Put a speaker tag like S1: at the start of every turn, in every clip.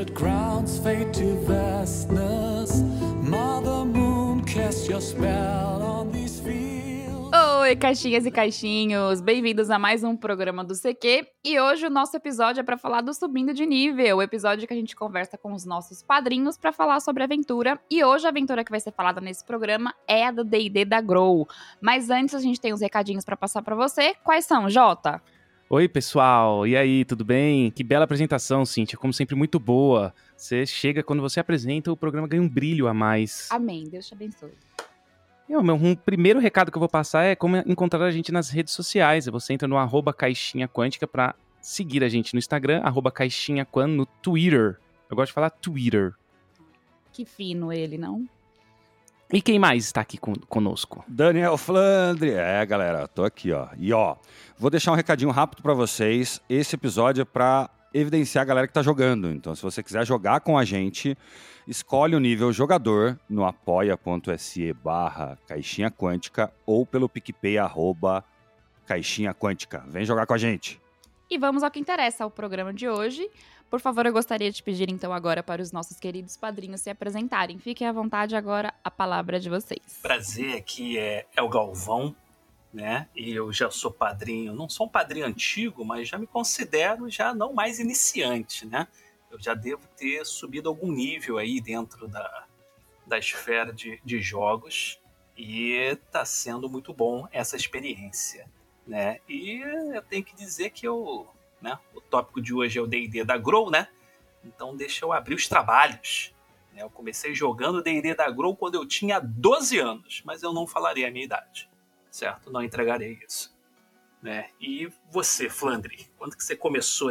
S1: Desert grounds fade to vastness. Mother Moon, cast your spell on these fields.
S2: Oi, caixinhas e caixinhos! Bem-vindos a mais um programa do CQ. E hoje o nosso episódio é para falar do Subindo de Nível, o episódio que a gente conversa com os nossos padrinhos para falar sobre aventura. E hoje a aventura que vai ser falada nesse programa é a do D&D da Grow. Mas antes a gente tem uns recadinhos para passar para você. Quais são, Jota?
S3: Oi, pessoal. E aí, tudo bem? Que bela apresentação, Cíntia. Como sempre, muito boa. Você chega, quando você apresenta, o programa ganha um brilho a mais.
S2: Amém. Deus te abençoe.
S3: Um primeiro recado que eu vou passar é como encontrar a gente nas redes sociais. Você entra no @caixinha quântica pra seguir a gente no Instagram, @caixinhaquan no Twitter. Eu gosto de falar Twitter.
S2: Que fino ele, não?
S3: E quem mais está aqui conosco?
S4: Daniel Flandre. Galera, tô aqui, ó. E, vou deixar um recadinho rápido pra vocês. Esse episódio é pra evidenciar a galera que tá jogando. Então, se você quiser jogar com a gente, escolhe o nível jogador no apoia.se/caixinha quântica ou pelo PicPay @caixinha quântica. Vem jogar com a gente.
S2: E vamos ao que interessa, ao programa de hoje. Por favor, eu gostaria de pedir então agora para os nossos queridos padrinhos se apresentarem. Fiquem à vontade agora, a palavra é de vocês.
S5: Prazer, aqui é o Galvão, né? E eu já sou padrinho, não sou um padrinho antigo, mas já me considero já não mais iniciante, né? Eu já devo ter subido algum nível aí dentro da esfera de jogos e tá sendo muito bom essa experiência, né? E eu tenho que dizer que o tópico de hoje é o D&D da Grow, né? Então deixa eu abrir os trabalhos. Eu comecei jogando D&D da Grow quando eu tinha 12 anos, mas eu não falarei a minha idade, certo? Não entregarei isso, né? E você, Flandre, quando que você começou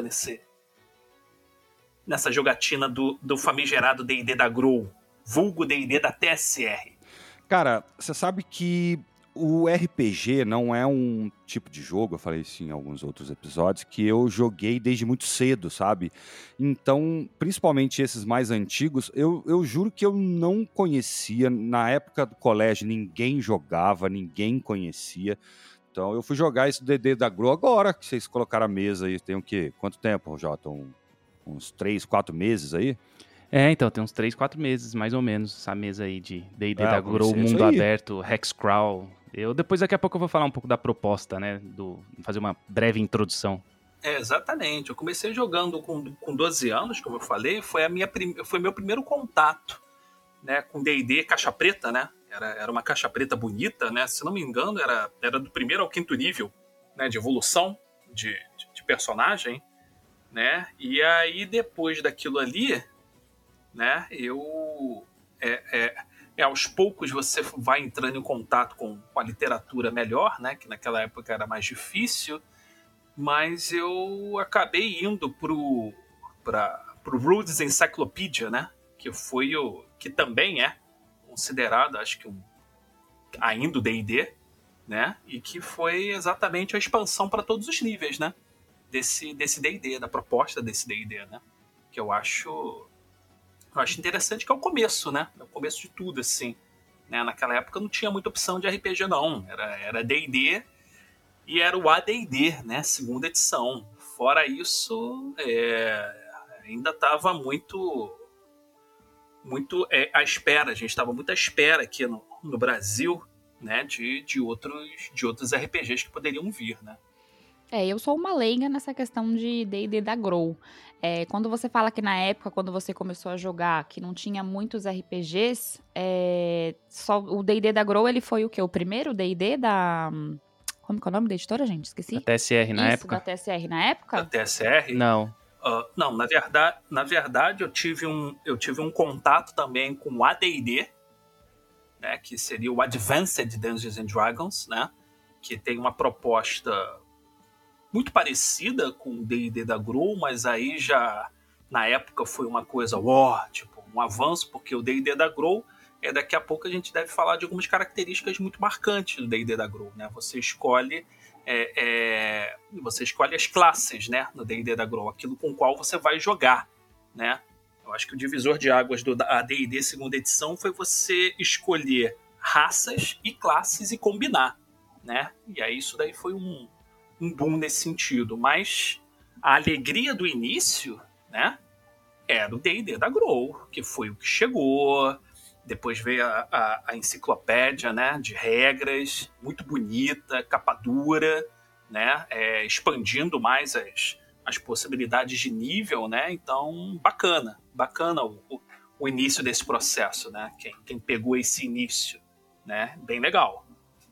S5: nessa jogatina do famigerado D&D da Grow, vulgo D&D da TSR?
S4: Cara, você sabe que o RPG não é um tipo de jogo, eu falei isso em alguns outros episódios, que eu joguei desde muito cedo, sabe? Então, principalmente esses mais antigos, eu juro que eu não conhecia. Na época do colégio, ninguém jogava, ninguém conhecia. Então, eu fui jogar esse D&D da Grow agora, que vocês colocaram a mesa aí. Tem o quê? Quanto tempo, Jota? Uns 3, 4 meses aí?
S3: Então, tem uns 3, 4 meses, mais ou menos, essa mesa aí de D&D da Grow,
S4: isso
S3: Mundo
S4: aí.
S3: Aberto, Hexcrawl. Daqui a pouco eu vou falar um pouco da proposta, né? Fazer uma breve introdução.
S5: Exatamente. Eu comecei jogando com 12 anos, como eu falei, foi meu primeiro contato, né, com D&D caixa preta, né? Era uma caixa preta bonita, né? Se não me engano, era do primeiro ao quinto nível, né, de evolução de personagem, né? E aí, depois daquilo ali, né, aos poucos você vai entrando em contato com a literatura melhor, né, que naquela época era mais difícil, mas eu acabei indo pro Rudes Encyclopedia, né, que também é considerado, acho que ainda o D&D, né, e que foi exatamente a expansão para todos os níveis, né, desse D&D, da proposta desse D&D, né, que eu acho interessante, que é o começo, né? É o começo de tudo, assim. Né? Naquela época não tinha muita opção de RPG, não. Era D&D e era o AD&D, né? Segunda edição. Fora isso, ainda estava muito à espera. A gente estava muito à espera aqui no Brasil, né? De outros RPGs que poderiam vir, né?
S2: Eu sou uma leiga nessa questão de D&D da Grow. Quando você fala que na época, quando você começou a jogar, que não tinha muitos RPGs, só o D&D da Grow, ele foi o quê? O primeiro D&D da... Como que é o nome da editora, gente? Esqueci.
S3: Da TSR na época?
S2: Da TSR na época?
S5: Da TSR?
S3: Não.
S5: Não, na verdade eu tive um contato também com o AD&D, né, que seria o Advanced Dungeons and Dragons, né, que tem uma proposta muito parecida com o D&D da Grow, mas aí já na época foi uma coisa, tipo, um avanço, porque o D&D da Grow, daqui a pouco a gente deve falar de algumas características muito marcantes do D&D da Grow, né? Você escolhe as classes, né, no D&D da Grow, aquilo com o qual você vai jogar, né? Eu acho que o divisor de águas do AD&D segunda edição foi você escolher raças e classes e combinar, né? E aí isso daí foi um boom nesse sentido, mas a alegria do início, né, era o D&D da Grow, que foi o que chegou. Depois veio a enciclopédia, né, de regras, muito bonita, capa dura, né, expandindo mais as possibilidades de nível, né? Então, bacana o início desse processo, né? Quem pegou esse início, né? Bem legal.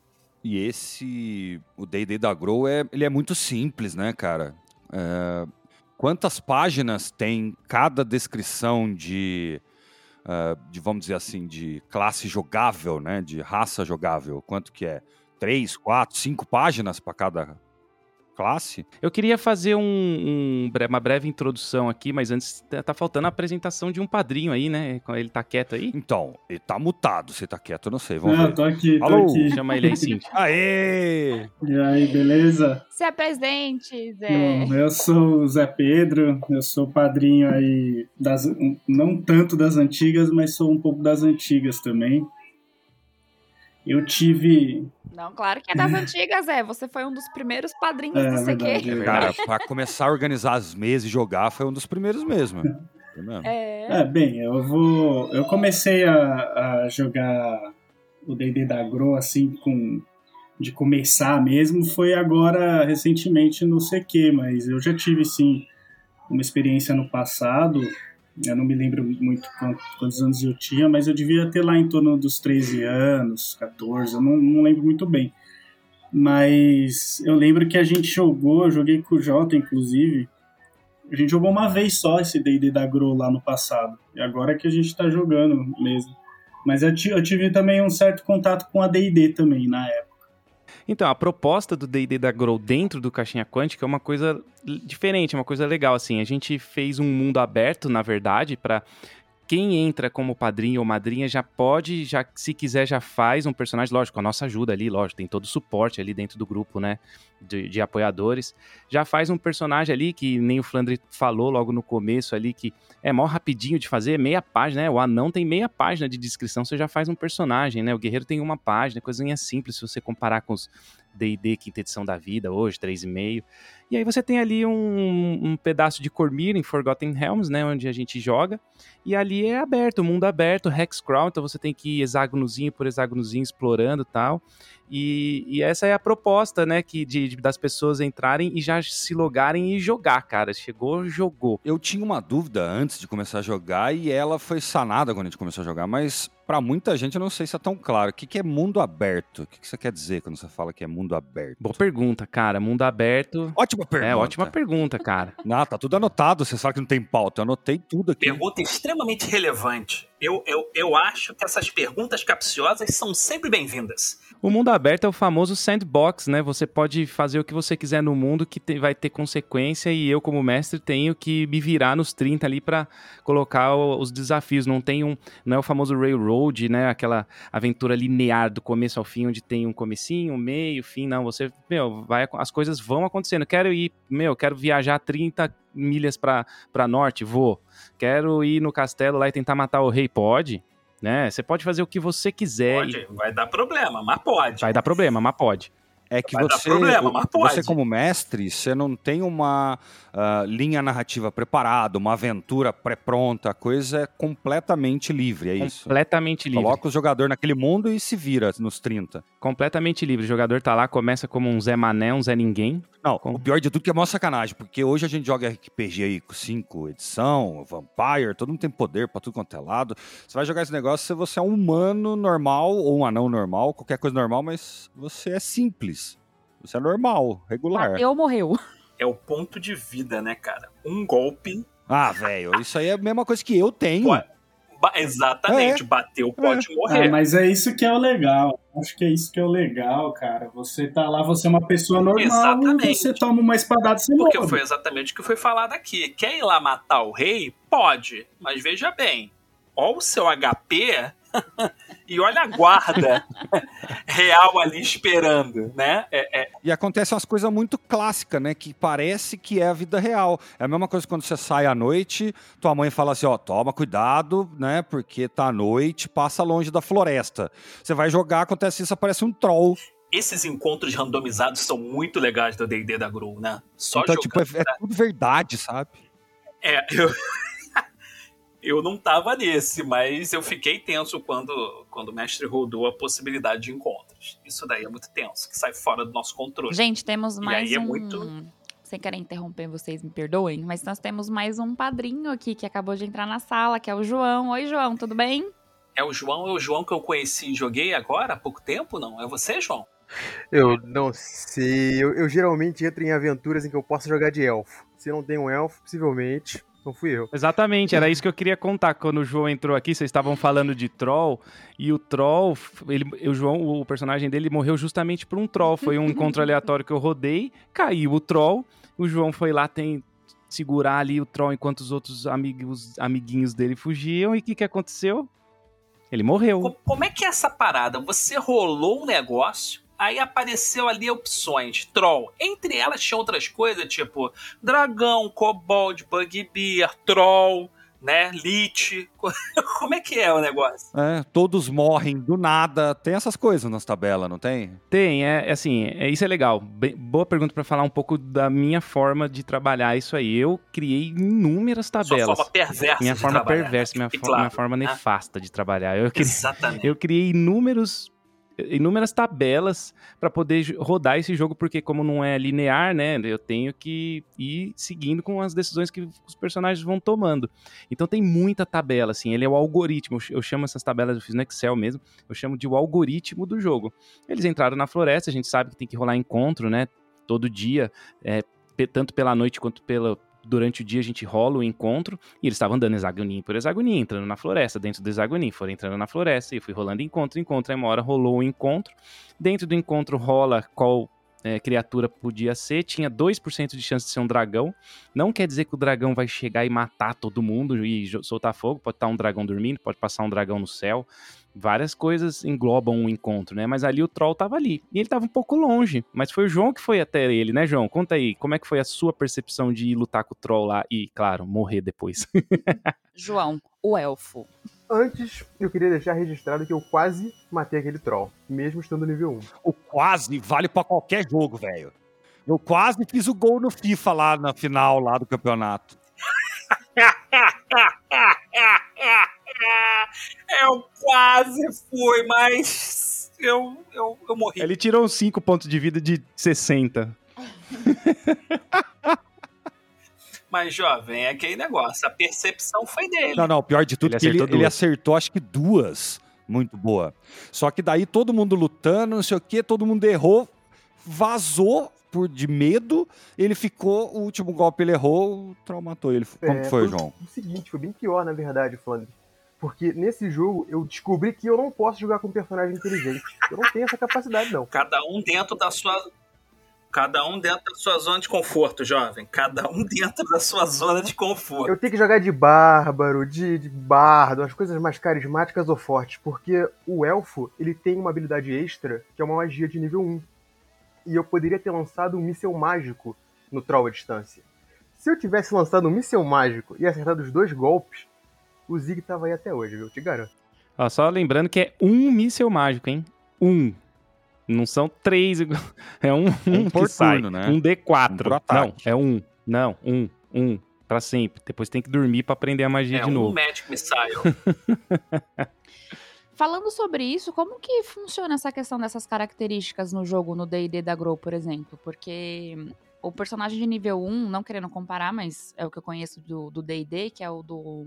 S4: E o D&D da Grow, ele é muito simples, né, cara? Quantas páginas tem cada descrição de, vamos dizer assim, de classe jogável, né? De raça jogável. Quanto que é? 3, 4, 5 páginas para cada classe?
S3: Eu queria fazer uma breve introdução aqui, mas antes tá faltando a apresentação de um padrinho aí, né? Ele tá quieto aí?
S4: Então, ele tá mutado. Se tá quieto, eu não sei. Vamos ver.
S6: Tô aqui,
S4: Alô?
S6: tô aqui.
S3: Chama ele aí, Cintia.
S4: Aê!
S6: E aí, beleza?
S2: Se apresente, Zé.
S6: Bom, eu sou o Zé Pedro, eu sou padrinho aí, não tanto das antigas, mas sou um pouco das antigas também. Eu tive...
S2: Não, claro que é das antigas, Zé. Você foi um dos primeiros padrinhos do CQ.
S6: Verdade.
S4: Cara, pra começar a organizar as mesas e jogar, foi um dos primeiros mesmo.
S6: Bem, eu comecei a jogar o D&D da Grow, assim, de começar mesmo, foi agora, recentemente, no CQ, mas eu já tive, sim, uma experiência no passado. Eu não me lembro muito quantos anos eu tinha, mas eu devia ter lá em torno dos 13 anos, 14, eu não lembro muito bem. Mas eu lembro que a gente eu joguei com o Jota, inclusive. A gente jogou uma vez só esse D&D da Grow lá no passado. E agora é que a gente tá jogando mesmo. Mas eu tive também um certo contato com a D&D também, na época.
S3: Então, a proposta do D&D da Grow dentro do Caixinha Quântica é uma coisa diferente, é uma coisa legal, assim. A gente fez um mundo aberto, na verdade, para quem entra como padrinho ou madrinha já pode, se quiser, já faz um personagem, lógico, com a nossa ajuda ali, lógico, tem todo o suporte ali dentro do grupo, né, de apoiadores, já faz um personagem ali, que nem o Flandre falou logo no começo ali, que é mó rapidinho de fazer, meia página, né, o anão tem meia página de descrição, você já faz um personagem, né, o guerreiro tem uma página, coisinha simples, se você comparar com os D&D quinta edição da vida, hoje, 3,5, e aí você tem ali um pedaço de Cormyr em Forgotten Realms, né, onde a gente joga, e ali é aberto, o mundo aberto, Hexcrawl, então você tem que ir hexágonozinho por hexágonozinho explorando e tal, e essa é a proposta, né, das pessoas entrarem e já se logarem e jogar, cara, jogou.
S4: Eu tinha uma dúvida antes de começar a jogar e ela foi sanada quando a gente começou a jogar, mas pra muita gente eu não sei se é tão claro. O que é mundo aberto? O que você quer dizer quando você fala que é mundo aberto?
S3: Boa pergunta, cara, mundo aberto...
S4: Ótima pergunta.
S3: Ótima pergunta, cara.
S4: Não, tá tudo anotado, você sabe que não tem pauta, eu anotei tudo aqui.
S5: Pergunta extremamente relevante. Eu acho que essas perguntas capciosas são sempre bem-vindas.
S3: O mundo aberto é o famoso sandbox, né? Você pode fazer o que você quiser no mundo que vai ter consequência e eu, como mestre, tenho que me virar nos 30 ali pra colocar os desafios. Não é o famoso railroad, né? Aquela aventura linear do começo ao fim, onde tem um comecinho, um meio, fim. Não, as coisas vão acontecendo. Quero viajar 30 milhas pra norte, vou. Quero ir no castelo lá e tentar matar o rei, pode, né? Você pode fazer o que você quiser.
S5: Pode, vai dar problema, mas pode.
S3: Vai dar problema, mas pode.
S4: É que
S5: vai dar problema, mas pode.
S4: Você como mestre, você não tem uma linha narrativa preparada, uma aventura pré-pronta, a coisa é completamente livre, é isso?
S3: Completamente livre.
S4: Coloca o jogador naquele mundo e se vira nos 30.
S3: Completamente livre. O jogador tá lá, começa como um Zé Mané, um Zé Ninguém.
S4: Não, o pior de tudo que é mó sacanagem, porque hoje a gente joga RPG aí com 5 edição, Vampire, todo mundo tem poder pra tudo quanto é lado. Você vai jogar esse negócio se você é um humano normal ou um anão normal, qualquer coisa normal, mas você é simples. Você é normal, regular.
S2: Bateu ou morreu.
S5: É o ponto de vida, né, cara? Um golpe...
S4: Ah, velho, isso aí é a mesma coisa que eu tenho.
S5: Exatamente, bateu, pode morrer.
S6: Mas é isso que é o legal. Acho que é isso que é o legal, cara. Você tá lá, você é uma pessoa normal,
S5: exatamente.
S6: E você toma uma espadada e você morre.
S5: Porque foi exatamente o que foi falado aqui. Quer ir lá matar o rei? Pode, mas veja bem, olha o seu HP e olha a guarda real ali esperando, né?
S4: E acontecem umas coisas muito clássicas, né? Que parece que é a vida real. É a mesma coisa quando você sai à noite, tua mãe fala assim, ó, toma cuidado, né? Porque tá à noite, passa longe da floresta. Você vai jogar, acontece isso, aparece um troll.
S5: Esses encontros randomizados são muito legais do D&D da Grow, né? Só
S4: então,
S5: jogando,
S4: tipo, é tudo verdade, sabe?
S5: Eu não tava nesse, mas eu fiquei tenso quando o mestre rodou a possibilidade de encontros. Isso daí é muito tenso, que sai fora do nosso controle.
S2: Gente, temos mais
S5: aí é
S2: um...
S5: muito...
S2: Sem querer interromper, vocês me perdoem, mas nós temos mais um padrinho aqui que acabou de entrar na sala, que é o João. Oi, João, tudo bem?
S5: É o João que eu conheci e joguei agora, há pouco tempo, não? É você, João?
S7: Eu não sei. Eu geralmente entro em aventuras em que eu posso jogar de elfo. Se não tem um elfo, possivelmente não fui eu.
S3: Exatamente, era isso que eu queria contar. Quando o João entrou aqui, vocês estavam falando de troll, e o troll, o João, o personagem dele, morreu justamente por um troll. Foi um encontro aleatório que eu rodei, caiu o troll, o João foi lá segurar ali o troll enquanto os outros amiguinhos dele fugiam, e o que aconteceu? Ele morreu.
S5: Como é que é essa parada? Você rolou um negócio, aí apareceu ali opções, troll. Entre elas tinha outras coisas, tipo dragão, kobold, bugbear, troll, né, lich. Como é que é o negócio?
S4: Todos morrem do nada. Tem essas coisas nas tabelas, não tem?
S3: Tem, isso é legal. Boa pergunta pra falar um pouco da minha forma de trabalhar isso aí. Eu criei inúmeras tabelas.
S5: Sua forma perversa
S3: minha
S5: de
S3: forma
S5: trabalhar,
S3: perversa,
S5: né?
S3: minha forma nefasta de trabalhar.
S5: Exatamente.
S3: Eu criei inúmeras tabelas para poder rodar esse jogo, porque como não é linear, né, eu tenho que ir seguindo com as decisões que os personagens vão tomando. Então tem muita tabela, assim, ele é o algoritmo, eu chamo essas tabelas, eu fiz no Excel mesmo, eu chamo de o algoritmo do jogo. Eles entraram na floresta, a gente sabe que tem que rolar encontro, né, todo dia, tanto pela noite quanto durante o dia a gente rola o encontro, e eles estavam andando hexagoninho por hexagoninho, entrando na floresta, dentro do hexagoninho, foram entrando na floresta, e eu fui rolando encontro, aí uma hora rolou o encontro, dentro do encontro rola qual criatura podia ser, tinha 2% de chance de ser um dragão, não quer dizer que o dragão vai chegar e matar todo mundo e soltar fogo, pode estar um dragão dormindo, pode passar um dragão no céu, várias coisas englobam um encontro, né? Mas ali o troll tava ali. E ele tava um pouco longe. Mas foi o João que foi até ele, né, João? Conta aí, como é que foi a sua percepção de ir lutar com o troll lá e, claro, morrer depois?
S2: João, o elfo.
S7: Antes, eu queria deixar registrado que eu quase matei aquele troll, mesmo estando nível 1.
S4: O quase vale pra qualquer jogo, velho. Eu quase fiz o gol no FIFA lá na final lá do campeonato.
S5: Eu quase fui, mas eu morri.
S3: Ele tirou uns 5 pontos de vida de 60.
S5: Mas, jovem, é aquele negócio, a percepção foi dele.
S4: Não, pior de tudo, ele acertou acho que 2. Muito boa. Só que daí todo mundo lutando, não sei o que, todo mundo errou, vazou de medo, ele ficou, o último golpe ele errou, o troll matou ele. Como que foi, João?
S7: O seguinte, foi bem pior, na verdade, Flandre. Porque nesse jogo eu descobri que eu não posso jogar com um personagem inteligente. Eu não tenho essa capacidade, não.
S5: Cada um dentro da sua zona de conforto, jovem. Cada um dentro da sua zona de conforto.
S7: Eu tenho que jogar de bárbaro, de bardo, as coisas mais carismáticas ou fortes. Porque o elfo, ele tem uma habilidade extra, que é uma magia de nível 1. E eu poderia ter lançado um míssel mágico no troll à distância. Se eu tivesse lançado um míssel mágico e acertado os 2 golpes, o Zig tava aí até hoje, viu? Eu te garanto.
S3: Ó, só lembrando que é um míssel mágico, hein? 1. Não são 3. É um que sai.
S4: Né?
S3: Um D4. Não, é 1. Não, 1. Pra sempre. Depois tem que dormir pra aprender a magia de novo.
S5: É um Magic Missile.
S2: Falando sobre isso, como que funciona essa questão dessas características no jogo, no D&D da Grow, por exemplo? Porque o personagem de nível 1, não querendo comparar, mas é o que eu conheço do D&D, que é o do...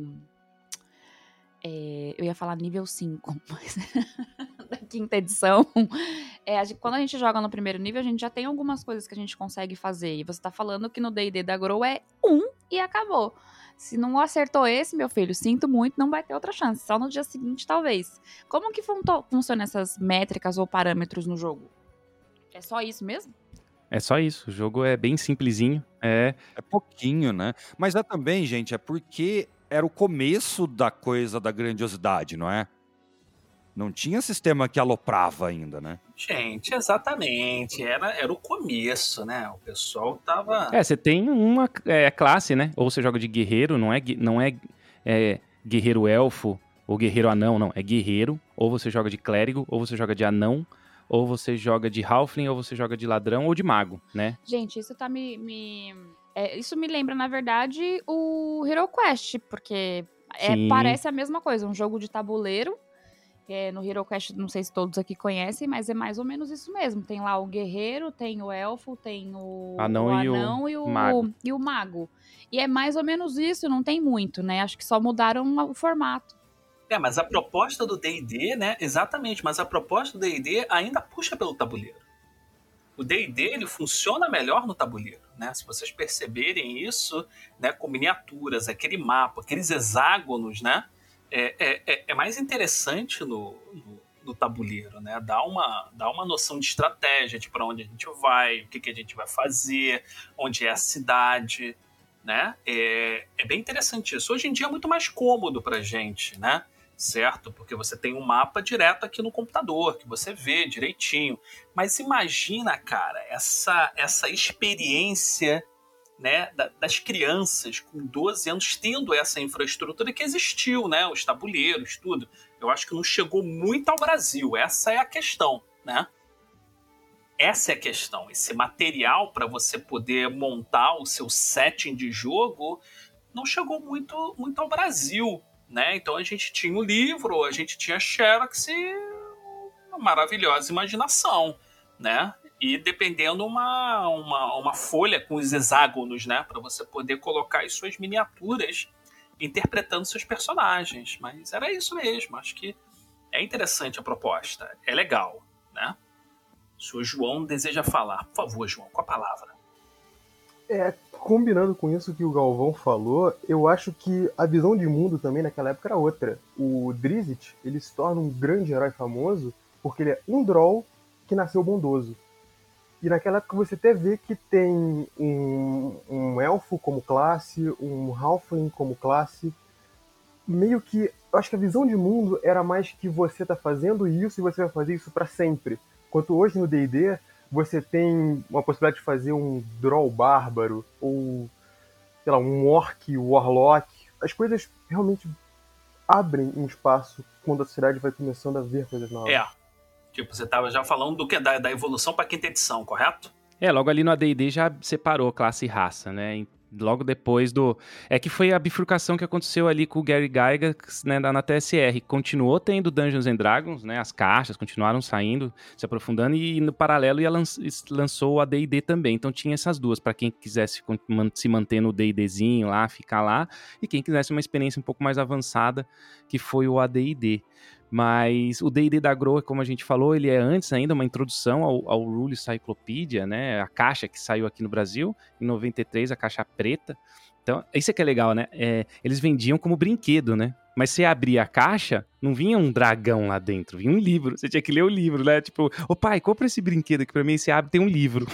S2: eu ia falar nível 5, mas da 5ª edição. Quando a gente joga no primeiro nível, a gente já tem algumas coisas que a gente consegue fazer. E você tá falando que no D&D da Grow é 1 e acabou. Se não acertou esse, meu filho, sinto muito, não vai ter outra chance. Só no dia seguinte, talvez. Como que funcionam essas métricas ou parâmetros no jogo? É só isso mesmo?
S3: É só isso. O jogo é bem simplesinho. É
S4: pouquinho, né? Mas também, gente, é porque era o começo da coisa da grandiosidade, não é? Não tinha sistema que aloprava ainda, né?
S5: Gente, exatamente. Era o começo, né? O pessoal tava...
S3: Você tem uma classe, né? Ou você joga de guerreiro, não é guerreiro elfo ou guerreiro anão, não. É guerreiro, ou você joga de clérigo, ou você joga de anão, ou você joga de halfling, ou você joga de ladrão ou de mago, né?
S2: Gente, isso tá isso me lembra, na verdade, o Hero Quest, porque
S3: Sim.
S2: Parece a mesma coisa, um jogo de tabuleiro. No HeroQuest, não sei se todos aqui conhecem, mas é mais ou menos isso mesmo. Tem lá o guerreiro, tem o elfo, tem o anão e o mago. E é mais ou menos isso, não tem muito, né? Acho que só mudaram o formato.
S5: Mas a proposta do D&D, né? Exatamente, mas a proposta do D&D ainda puxa pelo tabuleiro. O D&D, ele funciona melhor no tabuleiro, né? Se vocês perceberem isso, né, com miniaturas, aquele mapa, aqueles hexágonos, né? É mais interessante no tabuleiro, né? Dá uma noção de estratégia, de para onde a gente vai, o que a gente vai fazer, onde é a cidade, né? É bem interessante isso. Hoje em dia é muito mais cômodo pra gente, né? Certo? Porque você tem um mapa direto aqui no computador, que você vê direitinho. Mas imagina, cara, essa experiência, né, das crianças com 12 anos tendo essa infraestrutura que existiu, né? Os tabuleiros, tudo. Eu acho que não chegou muito ao Brasil. Essa é a questão, né? Essa é a questão. Esse material para você poder montar o seu setting de jogo não chegou muito ao Brasil, né? Então a gente tinha o livro, a gente tinha Xerox e uma maravilhosa imaginação, né? E dependendo uma folha com os hexágonos, né? Para você poder colocar as suas miniaturas interpretando seus personagens. Mas era isso mesmo. Acho que é interessante a proposta. É legal, né? O senhor João deseja falar. Por favor, João, com a palavra.
S7: Combinando com isso que o Galvão falou, eu acho que a visão de mundo também naquela época era outra. O Drizzt, ele se torna um grande herói famoso porque ele é um Droll que nasceu bondoso. E naquela época você até vê que tem um elfo como classe, um halfling como classe. Meio que, eu acho que a visão de mundo era mais que você tá fazendo isso e você vai fazer isso pra sempre. Enquanto hoje no D&D, você tem uma possibilidade de fazer um Droll bárbaro, ou, sei lá, um Orc, Warlock. As coisas realmente abrem um espaço quando a sociedade vai começando a ver coisas novas.
S5: Tipo, você tava já falando do que da evolução pra quinta edição, correto?
S3: Logo ali no AD&D já separou classe e raça, né? Logo depois É que foi a bifurcação que aconteceu ali com o Gary Gygax, né, na TSR. Continuou tendo Dungeons and Dragons, né? As caixas continuaram saindo, se aprofundando, e no paralelo lançou o AD&D também. Então tinha essas duas, para quem quisesse se manter no D&Dzinho lá, ficar lá, e quem quisesse uma experiência um pouco mais avançada, que foi o AD&D. Mas o D&D da Grow, como a gente falou, ele é antes ainda uma introdução ao Rule Cyclopedia, né? A caixa que saiu aqui no Brasil, em 93, a caixa preta. Então, isso é que é legal, né? Eles vendiam como brinquedo, né? Mas você abria a caixa, não vinha um dragão lá dentro, vinha um livro. Você tinha que ler o livro, né? Tipo, ô pai, compra esse brinquedo aqui pra mim, e você abre, tem um livro.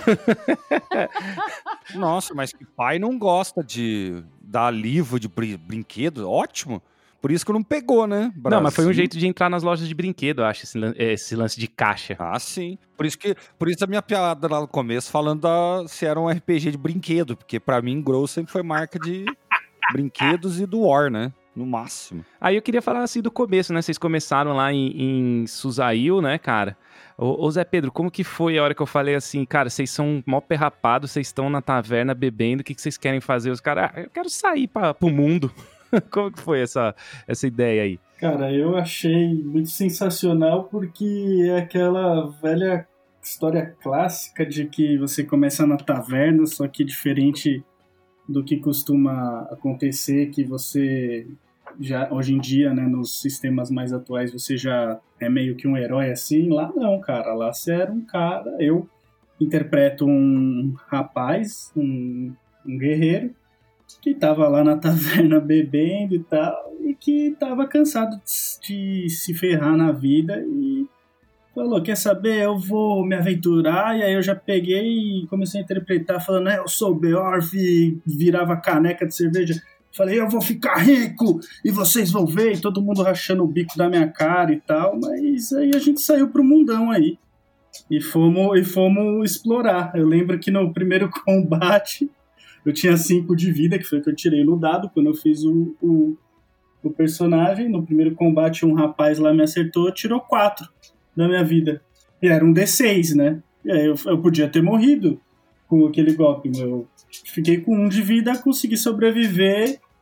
S4: Nossa, mas que pai não gosta de dar livro de brinquedo? Ótimo. Por isso que não pegou, né? Brasil.
S3: Não, mas foi um jeito de entrar nas lojas de brinquedo, eu acho, esse lance de caixa.
S4: Ah, sim. Por isso a minha piada lá no começo, falando se era um RPG de brinquedo, porque pra mim, Grow sempre foi marca de brinquedos e do War, né? No máximo.
S3: Aí eu queria falar assim do começo, né? Vocês começaram lá em Suzail, né, cara? Ô Zé Pedro, como que foi a hora que eu falei assim, cara, vocês são mó perrapados, vocês estão na taverna bebendo, o que vocês querem fazer? Os caras, eu quero sair pro mundo. Como que foi essa ideia aí?
S6: Cara, eu achei muito sensacional porque é aquela velha história clássica de que você começa na taverna, só que diferente do que costuma acontecer, que você já, hoje em dia, né, nos sistemas mais atuais, você já é meio que um herói assim. Lá não, cara, lá você era um cara, eu interpreto um rapaz, um guerreiro, que tava lá na taverna bebendo e tal, e que tava cansado de se ferrar na vida e falou, quer saber, eu vou me aventurar. E aí eu já peguei e comecei a interpretar falando, eu sou o Beorf, virava caneca de cerveja, falei, eu vou ficar rico e vocês vão ver, e todo mundo rachando o bico da minha cara e tal. Mas aí a gente saiu pro mundão aí e fomos explorar. Eu lembro que no primeiro combate eu tinha 5 de vida, que foi o que eu tirei no dado quando eu fiz o personagem. No primeiro combate, um rapaz lá me acertou, tirou 4 da minha vida. E era um D6, né? E aí eu podia ter morrido com aquele golpe. Eu fiquei com 1 de vida, consegui sobreviver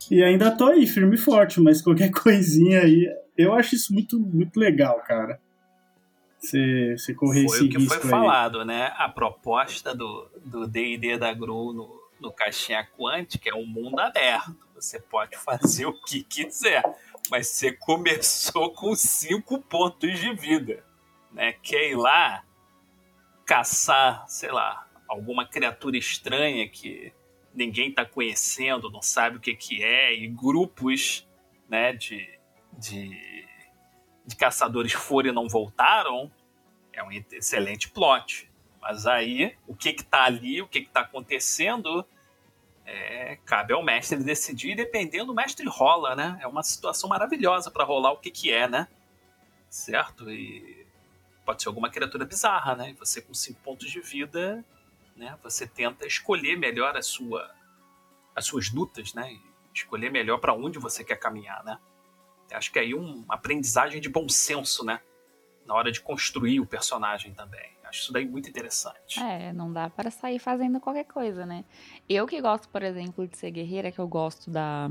S6: E ainda tô aí, firme e forte, mas qualquer coisinha aí... Eu acho isso muito, muito legal, cara. Você correr esse risco aí.
S5: Foi o que foi falado, né? A proposta do D&D da Grow no Caixinha Quântica é um mundo aberto. Você pode fazer o que quiser, mas você começou com 5 pontos de vida, né? Quer ir lá caçar, sei lá, alguma criatura estranha que ninguém tá conhecendo, não sabe o que é, e grupos, né, de caçadores foram e não voltaram, é um excelente plot. Mas aí, o que tá ali, o que tá acontecendo, cabe ao mestre decidir, e dependendo, o mestre rola, né? É uma situação maravilhosa para rolar o que é, né? Certo? E pode ser alguma criatura bizarra, né? E você com 5 pontos de vida, né? Você tenta escolher melhor as suas lutas, né? E escolher melhor para onde você quer caminhar, né? Acho que é aí uma aprendizagem de bom senso, né? Na hora de construir o personagem também. Acho isso daí muito interessante.
S2: Não dá para sair fazendo qualquer coisa, né? Eu que gosto, por exemplo, de ser guerreira, que eu gosto da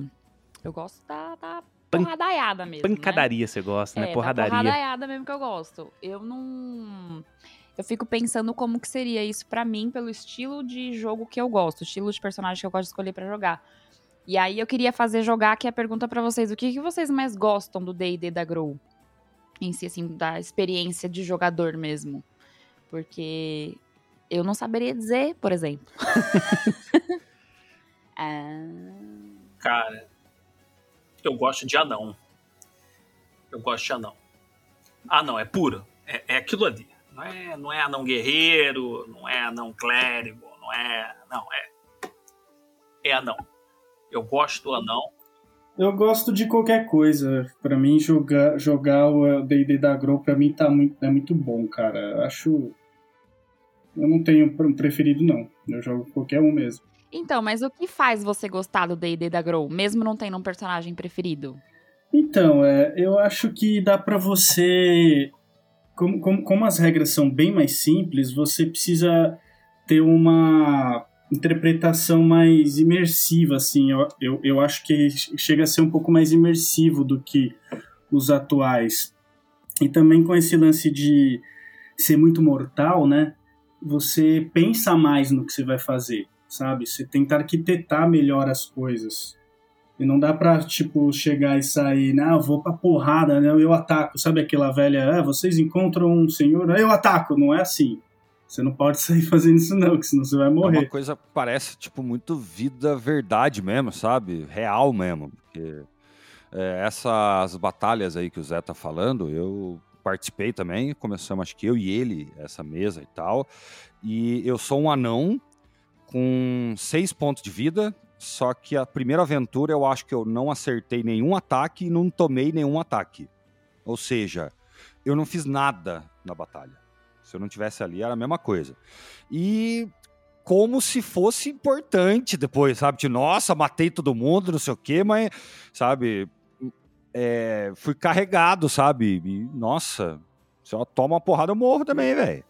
S2: porradaiada mesmo,
S3: Pancadaria,
S2: né?
S3: Você gosta, né? Porradaria.
S2: Porradaiada mesmo que eu gosto. Eu fico pensando como que seria isso pra mim, pelo estilo de jogo que eu gosto, o estilo de personagem que eu gosto de escolher pra jogar. E aí eu queria jogar aqui a pergunta pra vocês. O que vocês mais gostam do D&D da Grow? Em si, assim, da experiência de jogador mesmo. Porque eu não saberia dizer, por exemplo.
S5: Cara, eu gosto de anão. Anão é puro. É aquilo ali. Não é anão guerreiro, não é anão clérigo, é anão. Eu gosto do anão.
S6: Eu gosto de qualquer coisa. Pra mim, jogar o D&D da Grow, pra mim, é muito bom, cara. Eu não tenho um preferido, não. Eu jogo qualquer um mesmo.
S2: Então, mas o que faz você gostar do D&D da Grow, mesmo não tendo um personagem preferido?
S6: Então, eu acho que dá pra você... Como as regras são bem mais simples, você precisa ter uma interpretação mais imersiva, assim. Eu acho que chega a ser um pouco mais imersivo do que os atuais. E também com esse lance de ser muito mortal, né? Você pensa mais no que você vai fazer, sabe? Você tenta arquitetar melhor as coisas. E não dá pra, tipo, chegar e sair, eu vou pra porrada, né? Eu ataco. Sabe aquela velha, vocês encontram um senhor, eu ataco. Não é assim. Você não pode sair fazendo isso não, que senão você vai morrer.
S4: É uma coisa que parece, tipo, muito vida verdade mesmo, sabe? Real mesmo. Porque essas batalhas aí que o Zé tá falando, eu participei também. Começamos, acho que eu e ele, essa mesa e tal. E eu sou um anão com 6 pontos de vida. Só que a primeira aventura eu acho que eu não acertei nenhum ataque e não tomei nenhum ataque. Ou seja, eu não fiz nada na batalha. Se eu não tivesse ali, era a mesma coisa. E como se fosse importante depois, sabe? Tipo, nossa, matei todo mundo, não sei o quê, mas, sabe? Fui carregado, sabe? E, nossa, se eu tomo uma porrada, eu morro também, velho.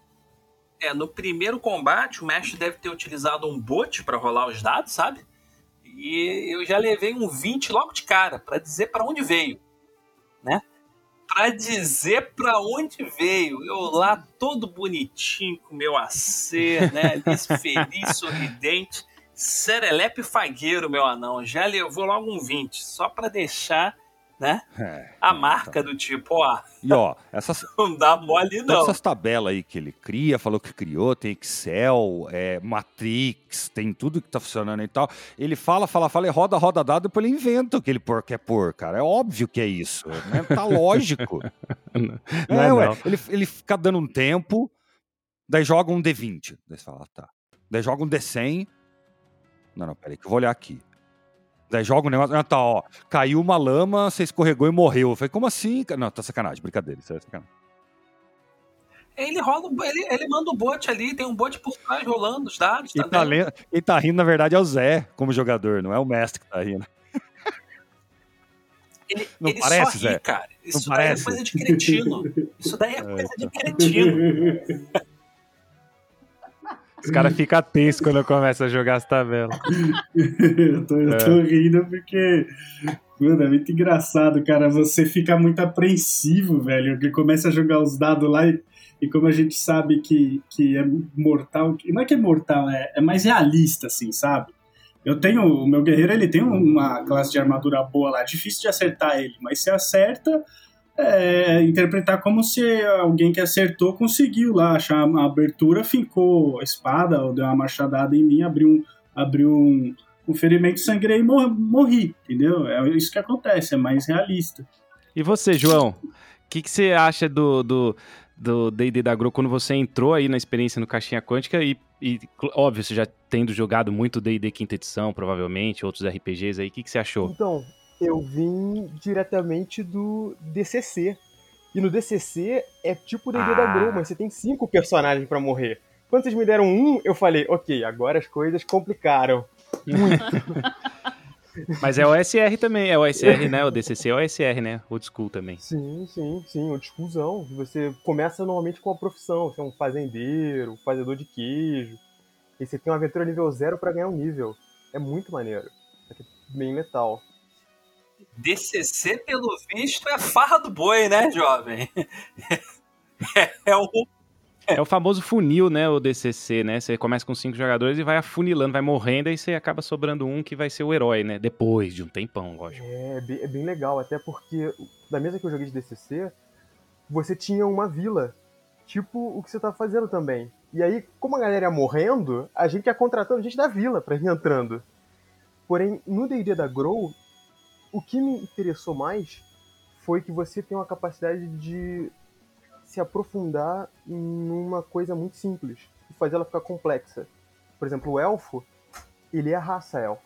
S5: No primeiro combate, o mestre deve ter utilizado um bot pra rolar os dados, sabe? E eu já levei um 20 logo de cara, pra dizer pra onde veio, né? Pra dizer pra onde veio. Eu lá todo bonitinho com meu AC, né? Feliz, sorridente, serelepe fagueiro, meu anão. Já levou logo um 20, só pra deixar, né? A marca do tipo,
S4: E essas...
S5: não dá mole não.
S4: Todas essas tabelas aí que ele cria, falou que criou, tem Excel, Matrix, tem tudo que tá funcionando e tal. Ele fala, e roda dado, depois ele inventa o que ele quer pôr, cara. É óbvio que é isso, né? Tá lógico.
S3: Não.
S4: Ele fica dando um tempo, daí joga um D20. Daí você fala, tá. Daí joga um D100. Não, peraí, que eu vou olhar aqui. Daí joga um negócio, caiu uma lama, você escorregou e morreu. Eu falei, como assim? Não, tá sacanagem, brincadeira, isso é sacanagem.
S5: Ele rola, ele manda o bot ali, tem um bot por trás rolando os dados.
S4: Quem tá rindo, na verdade, é o Zé, como jogador, não é o mestre que tá rindo.
S5: Ele parece, só ri, Zé? Cara. Isso daí é coisa de cretino. Isso daí é coisa de cretino.
S3: Os caras ficam tensos quando eu começo a jogar as tabelas.
S6: eu tô rindo porque, mano, é muito engraçado, cara. Você fica muito apreensivo, velho, que começa a jogar os dados lá e como a gente sabe que é mortal, não é que é mortal, é mais realista, assim, sabe? O meu guerreiro, ele tem uma classe de armadura boa lá, difícil de acertar ele, mas se acerta, interpretar como se alguém que acertou conseguiu lá achar uma abertura, fincou a espada, ou deu uma machadada em mim, abriu um ferimento, sangrei e morri, entendeu? É isso que acontece, é mais realista.
S3: E você, João? O que você acha do D&D da Grow quando você entrou aí na experiência no Caixinha Quântica e óbvio, você já tendo jogado muito D&D quinta edição, provavelmente, outros RPGs aí, o que você achou?
S7: Então, eu vim diretamente do DCC. E no DCC é tipo o D&D da Grow, mas você tem 5 personagens pra morrer. Quando vocês me deram 1, eu falei, ok, agora as coisas complicaram. Muito.
S3: Mas é o OSR também, é o OSR, né? O DCC é o OSR, né? Old School também.
S7: Sim, old schoolzão. Você começa normalmente com a profissão, você é um fazendeiro, um fazedor de queijo. E você tem uma aventura nível 0 pra ganhar um nível. É muito maneiro. É bem letal.
S5: DCC, pelo visto, é a farra do boi, né, jovem?
S3: É o famoso funil, né, o DCC, né? Você começa com 5 jogadores e vai afunilando, vai morrendo, e você acaba sobrando um que vai ser o herói, né? Depois de um tempão, lógico.
S7: É bem legal, até porque da mesa que eu joguei de DCC, você tinha uma vila, tipo o que você tá fazendo também. E aí, como a galera ia morrendo, a gente ia contratando gente da vila pra ir entrando. Porém, no D&D da Grow, o que me interessou mais foi que você tem uma capacidade de se aprofundar numa coisa muito simples e fazer ela ficar complexa. Por exemplo, o elfo, ele é a raça elfo.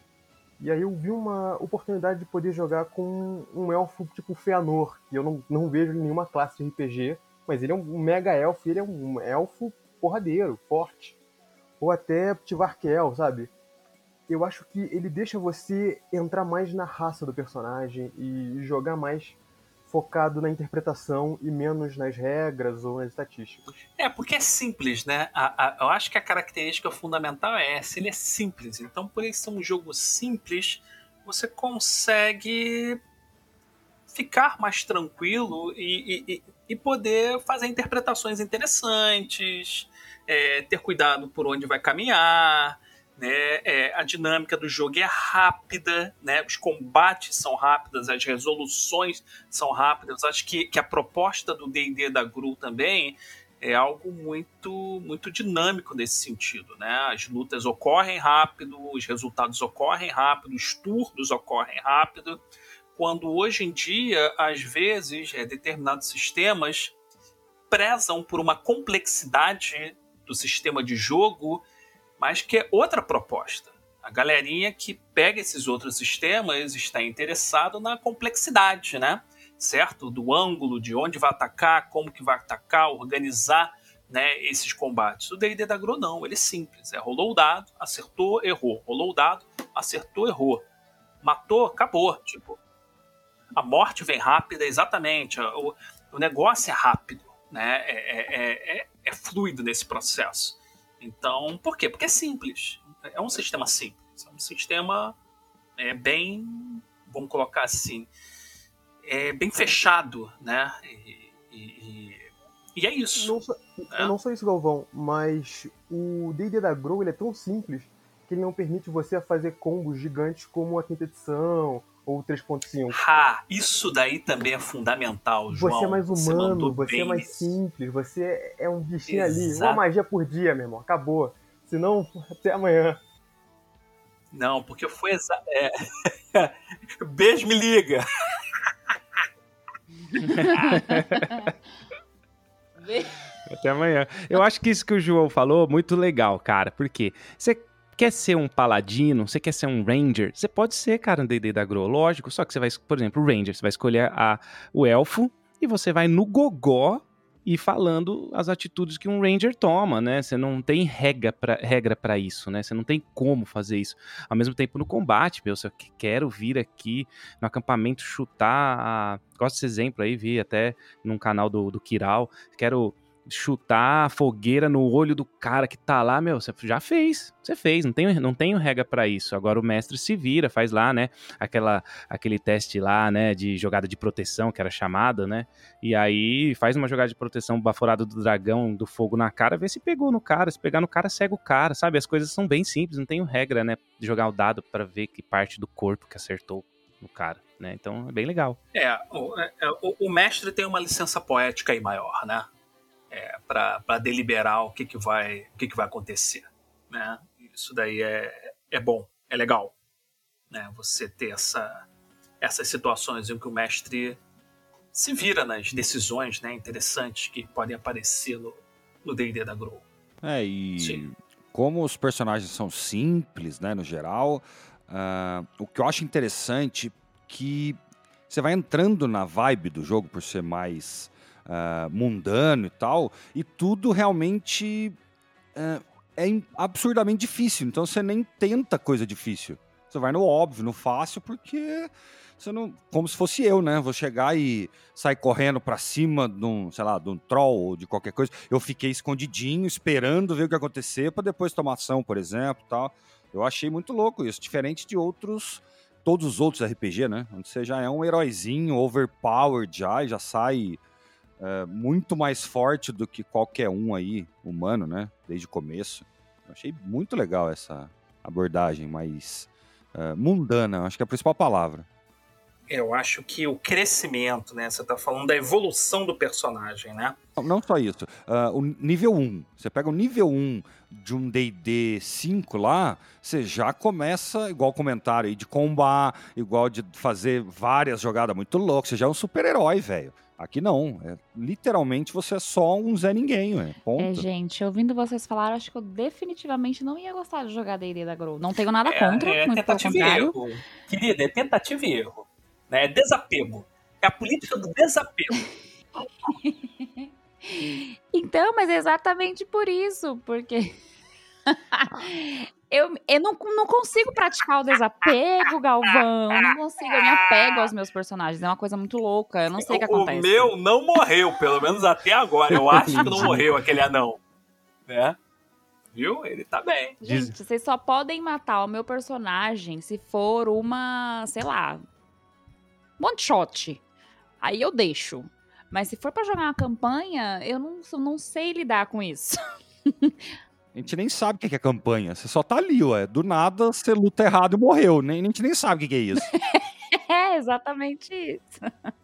S7: E aí eu vi uma oportunidade de poder jogar com um elfo tipo Feanor, que eu não vejo em nenhuma classe de RPG, mas ele é um mega elfo, ele é um elfo porradeiro, forte. Ou até Tivarkel, sabe? Eu acho que ele deixa você entrar mais na raça do personagem e jogar mais focado na interpretação e menos nas regras ou nas estatísticas.
S5: Porque é simples, né? Eu acho que a característica fundamental é essa, ele é simples. Então, por ele ser um jogo simples, você consegue ficar mais tranquilo e poder fazer interpretações interessantes, ter cuidado por onde vai caminhar, né? A dinâmica do jogo é rápida, né? Os combates são rápidos, as resoluções são rápidas. Acho que a proposta do D&D da Grow também é algo muito, muito dinâmico nesse sentido, né? As lutas ocorrem rápido, os resultados ocorrem rápido, os turnos ocorrem rápido, quando hoje em dia, às vezes, determinados sistemas prezam por uma complexidade do sistema de jogo, mas que é outra proposta. A galerinha que pega esses outros sistemas está interessado na complexidade, né? Certo? Do ângulo, de onde vai atacar, como que vai atacar, organizar, né, esses combates. O D&D da Grow não, ele é simples. Rolou o dado, acertou, errou. Rolou o dado, acertou, errou. Matou, acabou. Tipo, a morte vem rápida, exatamente. O negócio é rápido, né? É fluido nesse processo. Então, por quê? Porque é simples. É um sistema simples. É um sistema bem, vamos colocar assim, bem fechado, né? E é isso.
S7: Não só isso, Galvão, mas o D&D da Grow ele é tão simples que ele não permite você fazer combos gigantes como a quinta edição ou 3.5.
S5: Isso daí também é fundamental, João.
S7: Você é mais humano, você é mais simples, você é um bichinho ali. Uma magia por dia, meu irmão, acabou. Senão, até amanhã.
S5: Não, porque foi Beijo, me liga.
S3: Até amanhã. Eu acho que isso que o João falou, muito legal, cara. Porque você quer ser um paladino, você quer ser um ranger, você pode ser, cara, no D&D da Grow, lógico. Só que você vai, por exemplo, o ranger, você vai escolher o elfo e você vai no gogó e falando as atitudes que um ranger toma, né? Você não tem regra pra isso, né? Você não tem como fazer isso. Ao mesmo tempo, no combate, meu, se eu quero vir aqui no acampamento chutar gosto desse exemplo aí, vi até num canal do Kiral, quero chutar a fogueira no olho do cara que tá lá, meu, você já fez. Você fez, não tenho regra pra isso. Agora o mestre se vira, faz lá, né, aquele teste lá, né, de jogada de proteção, que era chamada, né, e aí faz uma jogada de proteção baforada do dragão, do fogo na cara, vê se pegou no cara, se pegar no cara, cega o cara, sabe? As coisas são bem simples, não tenho regra, né, de jogar o dado pra ver que parte do corpo que acertou no cara, né, então é bem legal.
S5: O mestre tem uma licença poética aí maior, né? Para deliberar o que vai acontecer, né? Isso daí é bom, é legal, né? Você ter essas situações em que o mestre se vira nas decisões, né, interessantes que podem aparecer no D&D da Grow.
S4: E
S5: Sim.
S4: Como os personagens são simples, né, no geral, o que eu acho interessante que você vai entrando na vibe do jogo por ser mais mundano e tal, e tudo realmente é absurdamente difícil. Então você nem tenta coisa difícil. Você vai no óbvio, no fácil, porque você não... Como se fosse eu, né? Vou chegar e sair correndo pra cima de um, sei lá, de um troll ou de qualquer coisa. Eu fiquei escondidinho, esperando ver o que ia acontecer pra depois tomar ação, por exemplo, tal. Eu achei muito louco isso, diferente de todos os outros RPG, né? Onde você já é um heróizinho, overpowered já sai muito mais forte do que qualquer um aí, humano, né? Desde o começo. Eu achei muito legal essa abordagem mais mundana, acho que é a principal palavra.
S5: Eu acho que o crescimento, né? Você tá falando da evolução do personagem, né?
S4: Não só isso. O nível 1. Você pega o nível 1 de um D&D 5 lá, você já começa, igual comentário aí, de combar, igual de fazer várias jogadas muito loucas. Você já é um super-herói, velho. Aqui não. Literalmente você é só um Zé Ninguém, ponto.
S2: Gente, ouvindo vocês falar, acho que eu definitivamente não ia gostar de jogar D&D da Grow. Não tenho nada contra, muito pelo
S5: tentativa e
S2: contrário.
S5: erro. Querida, é tentativa e erro. Né? É desapego. É a política do desapego.
S2: Então, mas é exatamente por isso, porque eu não consigo praticar o desapego, Galvão, eu não consigo, eu me apego aos meus personagens, é uma coisa muito louca, eu não sei o que acontece.
S5: O meu não morreu, pelo menos até agora, eu acho que não morreu aquele anão, né? Viu? Ele tá bem.
S2: Gente, vocês só podem matar o meu personagem se for uma, sei lá, one shot, aí eu deixo. Mas se for pra jogar uma campanha, eu não sei lidar com isso.
S4: A gente nem sabe o que é campanha. Você só tá ali, ué. Do nada, você luta errado e morreu. A gente nem sabe o que é isso.
S2: É exatamente isso.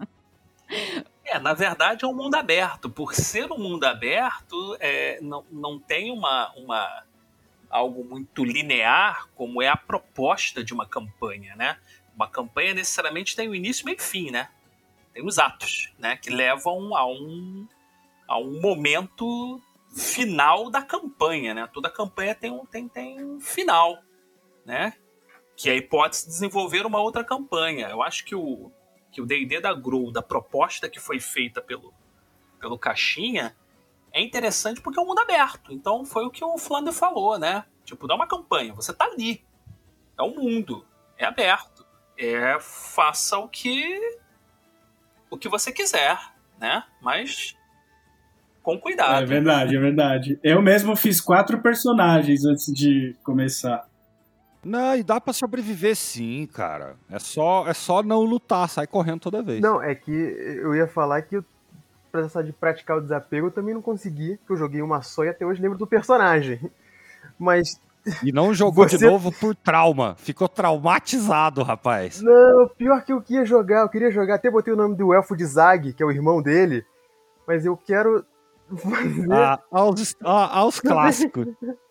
S5: Na verdade, é um mundo aberto. Por ser um mundo aberto, não tem algo muito linear como é a proposta de uma campanha, né? Uma campanha necessariamente tem um início, meio e fim, né? Tem os atos, né, que levam a um momento final da campanha, né? Toda campanha tem um final, né? Que aí pode se desenvolver uma outra campanha. Eu acho que o D&D da Grow, da proposta que foi feita pelo Caixinha, é interessante porque é um mundo aberto. Então foi o que o Flander falou, né? Tipo, dá uma campanha, você tá ali. É um mundo, é aberto. Faça o que você quiser, né? Mas com cuidado.
S6: É verdade. Eu mesmo fiz 4 personagens antes de começar.
S4: Não, e dá pra sobreviver sim, cara. É só não lutar, sai correndo toda vez.
S7: Não, é que eu ia falar que pra essa de praticar o desapego eu também não consegui, porque eu joguei uma só e até hoje lembro do personagem. Mas...
S4: E não jogou de novo por trauma. Ficou traumatizado, rapaz.
S7: Não, pior que eu queria jogar, até botei o nome do elfo de Zag, que é o irmão dele, mas eu quero fazer...
S4: Aos clássicos.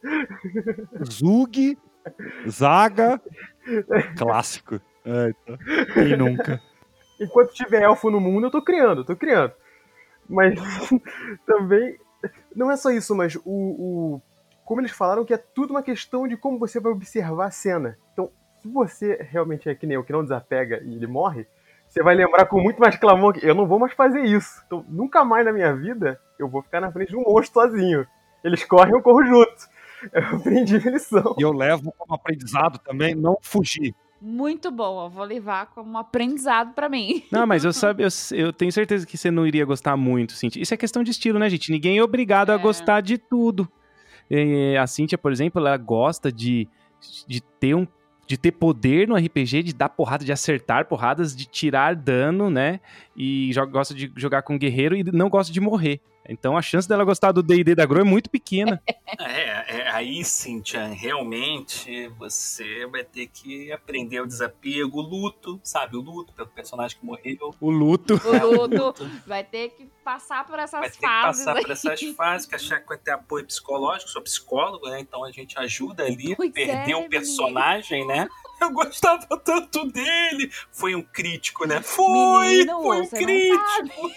S4: Zug, Zaga, clássico. Quem nunca?
S7: Enquanto tiver elfo no mundo, eu tô criando. Mas também, não é só isso, mas como eles falaram que é tudo uma questão de como você vai observar a cena. Então, se você realmente é que nem eu, que não desapega e ele morre, você vai lembrar com muito mais clamor que eu não vou mais fazer isso. Então, nunca mais na minha vida eu vou ficar na frente de um monstro sozinho. Eles correm, eu corro junto. Eu aprendi a lição.
S4: E eu levo como aprendizado também não fugir.
S2: Muito bom, eu vou levar como aprendizado pra mim.
S3: Não, mas eu tenho certeza que você não iria gostar muito, Cíntia. Isso é questão de estilo, né, gente? Ninguém é obrigado a gostar de tudo. A Cíntia, por exemplo, ela gosta de ter poder no RPG, de dar porrada, de acertar porradas, de tirar dano, né? E gosta de jogar com guerreiro e não gosta de morrer. Então a chance dela gostar do D&D da Gro é muito pequena.
S5: Aí, Cíntia, realmente você vai ter que aprender o desapego, o luto, sabe? O luto pelo personagem que morreu.
S3: O luto.
S2: Vai ter que passar por essas fases.
S5: Vai ter que passar por essas fases, que achar que vai ter apoio psicológico. Sou psicólogo, né? Então a gente ajuda ali, perder o personagem, né? Eu gostava tanto dele. Foi um crítico, né? Foi um crítico.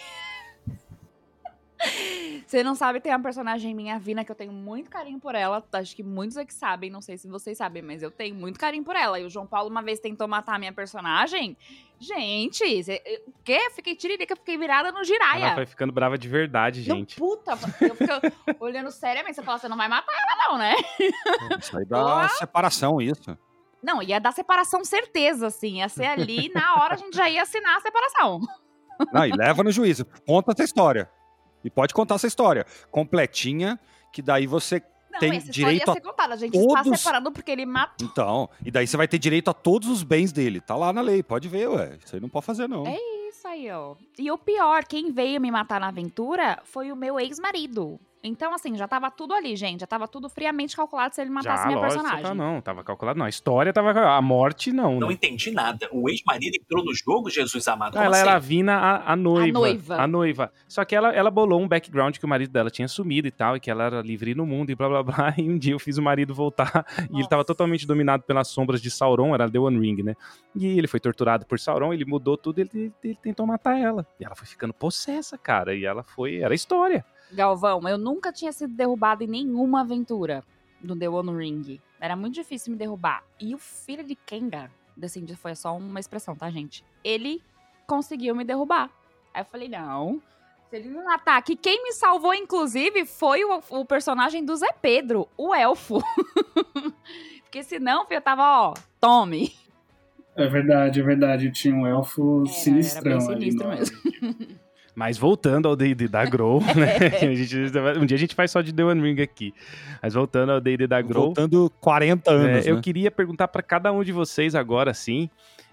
S2: Você não sabe, tem uma personagem minha, Vina, que eu tenho muito carinho por ela. Acho que muitos aqui sabem, não sei se vocês sabem, mas eu tenho muito carinho por ela. E o João Paulo uma vez tentou matar a minha personagem. Gente, o quê? Fiquei tiririca, fiquei virada no giraia.
S3: Ela foi ficando brava de verdade, gente.
S2: Não, puta, eu fico olhando seriamente, você fala, você não vai matar ela não, né?
S4: Isso aí dá separação, isso.
S2: Não, ia dar separação certeza, assim. Ia ser ali, na hora a gente já ia assinar a separação.
S4: Não, e leva no juízo. Conta essa história. E pode contar essa história completinha, que daí você tem direito a
S2: contada. A gente
S4: todos...
S2: está separando porque ele matou.
S4: Então, e daí você vai ter direito a todos os bens dele. Tá lá na lei, pode ver, ué. Isso aí não pode fazer, não.
S2: É isso aí, ó. E o pior, quem veio me matar na aventura foi o meu ex-marido. Então, assim, já tava tudo ali, gente. Já tava tudo friamente calculado se ele matasse minha personagem.
S3: Não, tava calculado não. A história tava... A morte, não.
S5: Não entendi nada. O ex-marido entrou no jogo, Jesus amado?
S3: Ela era a Vina, a noiva. A noiva. Só que ela bolou um background que o marido dela tinha sumido e tal, e que ela era livre no mundo e blá, blá, blá. E um dia eu fiz o marido voltar e ele tava totalmente dominado pelas sombras de Sauron, era The One Ring, né? E ele foi torturado por Sauron, ele mudou tudo, ele tentou matar ela. E ela foi ficando possessa, cara. E ela foi... Era história.
S2: Galvão, eu nunca tinha sido derrubado em nenhuma aventura do The One Ring. Era muito difícil me derrubar. E o filho de Kenga, assim, foi só uma expressão, tá, gente? Ele conseguiu me derrubar. Aí eu falei, não, se ele me matar aqui, quem me salvou, inclusive, foi o personagem do Zé Pedro, o elfo. Porque senão, eu tava, ó, tome.
S6: É verdade. Tinha um elfo sinistrão.
S2: Era bem sinistro mesmo.
S3: Mas voltando ao D&D da Grow, né? Um dia a gente faz só de The One Ring aqui. Mas voltando ao D&D da Grow...
S4: Voltando 40 anos, né?
S3: Eu queria perguntar para cada um de vocês agora, assim,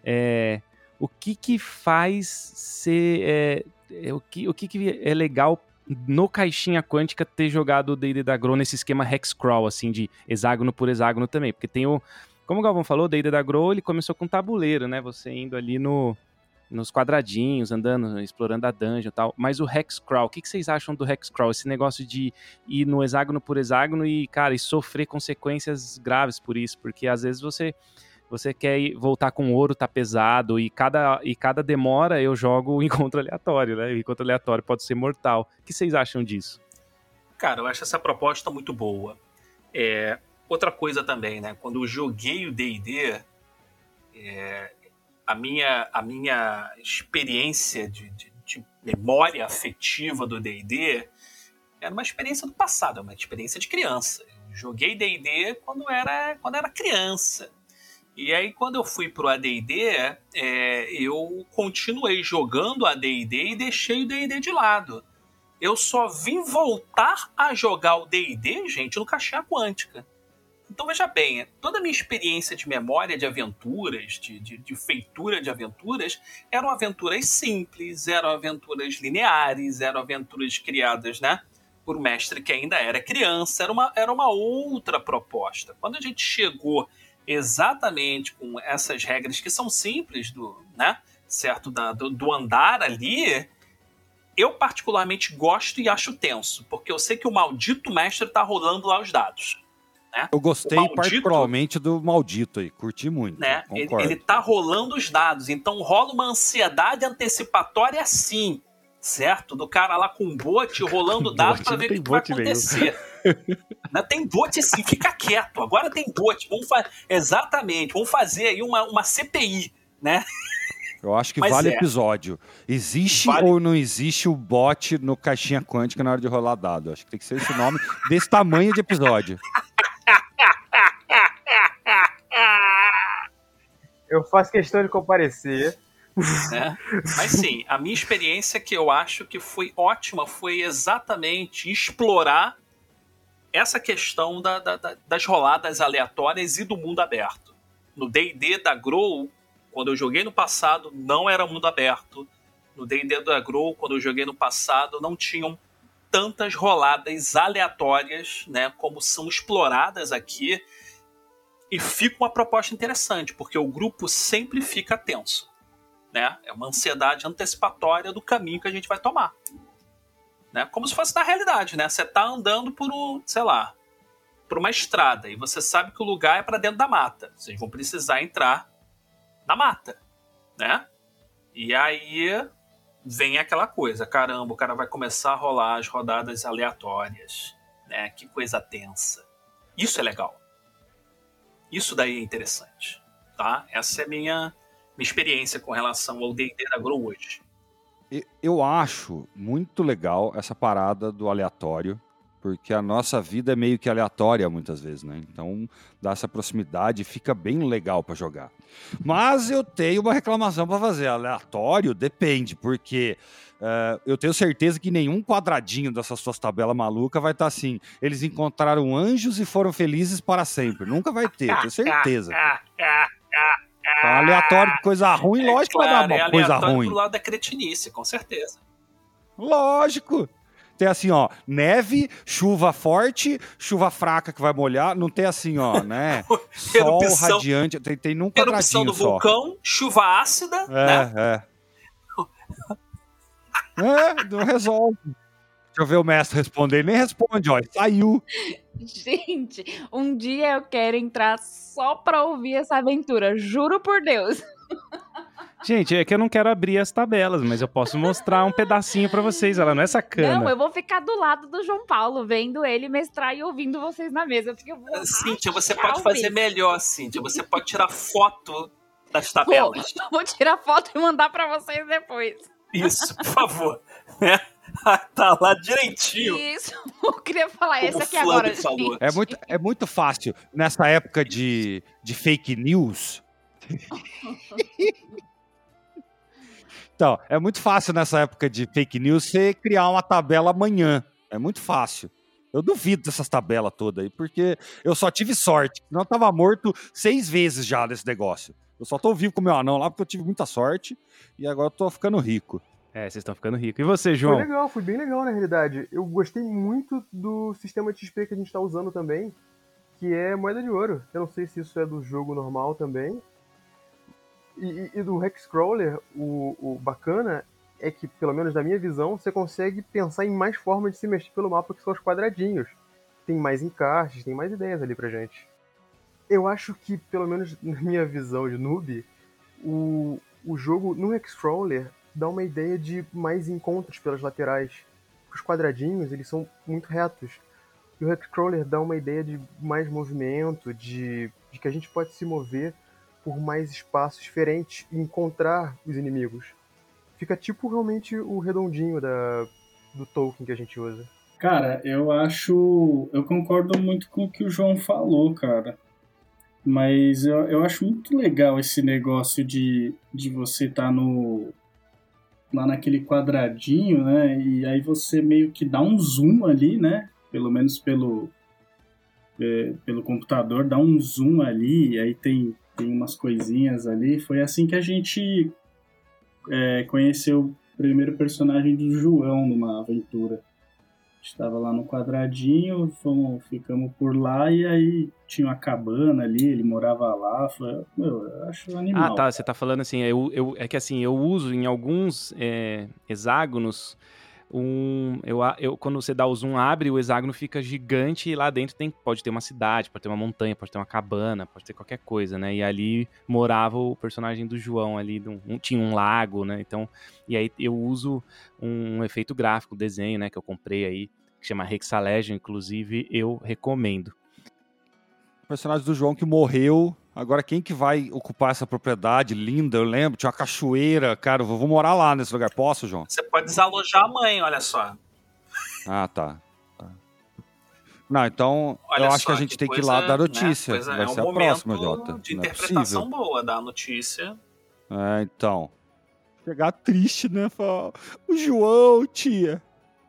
S3: o que faz ser... o que é legal no Caixinha Quântica ter jogado o D&D da Grow nesse esquema Hexcrawl, assim, de hexágono por hexágono também. Porque tem o... Como o Galvão falou, o D&D da Grow, ele começou com tabuleiro, né? Você indo ali nos quadradinhos, andando, explorando a dungeon e tal. Mas o Hexcrawl, o que vocês acham do Hexcrawl? Esse negócio de ir no hexágono por hexágono e, cara, e sofrer consequências graves por isso. Porque às vezes você quer voltar com ouro, tá pesado, e cada demora eu jogo o encontro aleatório, né? O encontro aleatório pode ser mortal. O que vocês acham disso?
S5: Cara, eu acho essa proposta muito boa. Outra coisa também, né? Quando eu joguei o D&D, a minha experiência de memória afetiva do D&D era uma experiência do passado, uma experiência de criança. Eu joguei D&D quando era criança. E aí, quando eu fui pro AD&D, eu continuei jogando AD&D e deixei o D&D de lado. Eu só vim voltar a jogar o D&D, gente, no Caixinha Quântica. Então, veja bem, toda a minha experiência de memória de aventuras, de feitura de aventuras, eram aventuras simples, eram aventuras lineares, eram aventuras criadas, né, por um mestre que ainda era criança, era uma outra proposta. Quando a gente chegou exatamente com essas regras que são simples, do andar ali, eu particularmente gosto e acho tenso, porque eu sei que o maldito mestre tá rolando lá os dados. Né?
S4: Eu gostei particularmente do maldito aí, curti muito.
S5: Né? Ele tá rolando os dados, então rola uma ansiedade antecipatória assim, certo? Do cara lá com um bote rolando dados pra ver o que vai acontecer. Não tem bote sim, fica quieto, agora tem bote, exatamente, vamos fazer aí uma CPI, né?
S4: Eu acho que vale episódio. Existe ou não existe o bot no Caixinha Quântica na hora de rolar dado? Acho que tem que ser esse nome desse tamanho de episódio.
S7: Eu faço questão de comparecer.
S5: Né? Mas sim, a minha experiência que eu acho que foi ótima foi exatamente explorar essa questão das roladas aleatórias e do mundo aberto. No D&D da Grow, quando eu joguei no passado, não era mundo aberto. No D&D da Grow, quando eu joguei no passado, não tinham tantas roladas aleatórias, né, como são exploradas aqui. E fica uma proposta interessante, porque o grupo sempre fica tenso. Né? É uma ansiedade antecipatória do caminho que a gente vai tomar. Né? Como se fosse na realidade, né? Você tá andando por uma estrada e você sabe que o lugar é para dentro da mata. Vocês vão precisar entrar na mata, né? E aí vem aquela coisa, caramba, o cara vai começar a rolar as rodadas aleatórias, né? Que coisa tensa. Isso é legal. Isso daí é interessante, tá? Essa é a minha experiência com relação ao D&D da Grow hoje.
S4: Eu acho muito legal essa parada do aleatório, porque a nossa vida é meio que aleatória muitas vezes, né? Então, dá essa proximidade, fica bem legal para jogar. Mas eu tenho uma reclamação para fazer. Aleatório depende, porque eu tenho certeza que nenhum quadradinho dessas suas tabelas malucas vai estar assim. Eles encontraram anjos e foram felizes para sempre. Nunca vai ter, tenho certeza. Então, aleatório de coisa ruim, lógico que vai dar uma coisa ruim.
S5: Pro lado da cretinice, com certeza.
S4: Lógico. Tem assim, ó, neve, chuva forte, chuva fraca que vai molhar. Não tem assim, ó, né? Sol radiante. Tem num quadradinho
S5: erupção do vulcão, chuva ácida, né?
S4: Não resolve. Deixa eu ver o mestre responder. Ele nem responde, ó. Saiu.
S2: Gente, um dia eu quero entrar só pra ouvir essa aventura. Juro por Deus.
S3: Gente, é que eu não quero abrir as tabelas, mas eu posso mostrar um pedacinho pra vocês. Ela não é sacana.
S2: Não, eu vou ficar do lado do João Paulo, vendo ele mestrar e ouvindo vocês na mesa. Porque eu vou
S5: Cíntia, você pode fazer melhor, Cíntia. Você pode tirar foto das tabelas.
S2: Vou tirar foto e mandar pra vocês depois.
S5: Isso, por favor. Tá lá direitinho.
S2: Isso, eu queria falar esse aqui agora,
S5: falou.
S2: gente.
S4: É muito fácil, nessa época de fake news. Então, é muito fácil nessa época de fake news você criar uma tabela amanhã. É muito fácil. Eu duvido dessas tabelas todas aí, porque eu só tive sorte. Senão eu tava morto 6 vezes já nesse negócio. Eu só tô vivo com o meu anão lá porque eu tive muita sorte e agora eu tô ficando rico.
S3: Vocês estão ficando ricos. E você, João?
S7: Foi bem legal na realidade. Eu gostei muito do sistema de XP que a gente tá usando também, que é moeda de ouro. Eu não sei se isso é do jogo normal também. E do Hexcrawler, o bacana é que, pelo menos na minha visão, você consegue pensar em mais formas de se mexer pelo mapa que são os quadradinhos. Tem mais encaixes, tem mais ideias ali pra gente. Eu acho que, pelo menos na minha visão de noob, o jogo no Hexcrawler dá uma ideia de mais encontros pelas laterais. Os quadradinhos, eles são muito retos. E o Hexcrawler dá uma ideia de mais movimento, de que a gente pode se mover por mais espaços diferentes e encontrar os inimigos. Fica tipo realmente o redondinho do Tolkien que a gente usa.
S6: Cara, eu concordo muito com o que o João falou, cara. Mas eu acho muito legal esse negócio de você estar lá naquele quadradinho, né? E aí você meio que dá um zoom ali, né? Pelo menos pelo computador, dá um zoom ali, e aí tem umas coisinhas ali. Foi assim que a gente conheceu o primeiro personagem do João numa aventura. A gente estava lá no quadradinho, ficamos por lá e aí tinha uma cabana ali, ele morava lá. Eu acho animal.
S3: Ah, tá, você tá falando assim, é que assim, eu uso em alguns hexágonos, quando você dá o zoom, abre, o hexágono fica gigante e lá dentro pode ter uma cidade, pode ter uma montanha, pode ter uma cabana, pode ter qualquer coisa, né? E ali morava o personagem do João ali, tinha um lago, né? Então, e aí eu uso um efeito gráfico, desenho, né? Que eu comprei aí, que chama Hexalegion, inclusive eu recomendo.
S4: O personagem do João que morreu. Agora, quem que vai ocupar essa propriedade linda? Eu lembro, tinha uma cachoeira. Cara, eu vou morar lá nesse lugar. Posso, João?
S5: Você pode desalojar a mãe, olha só.
S4: Ah, tá. Não, então
S5: Olha
S4: eu acho
S5: só,
S4: que a gente tem que ir lá dar notícia.
S5: Né?
S4: Vai
S5: É um
S4: ser a
S5: momento
S4: próxima, Jota.
S5: de
S4: Não é
S5: interpretação
S4: possível.
S5: boa da notícia.
S4: Então. Chegar triste, né? Falar, o João, tia.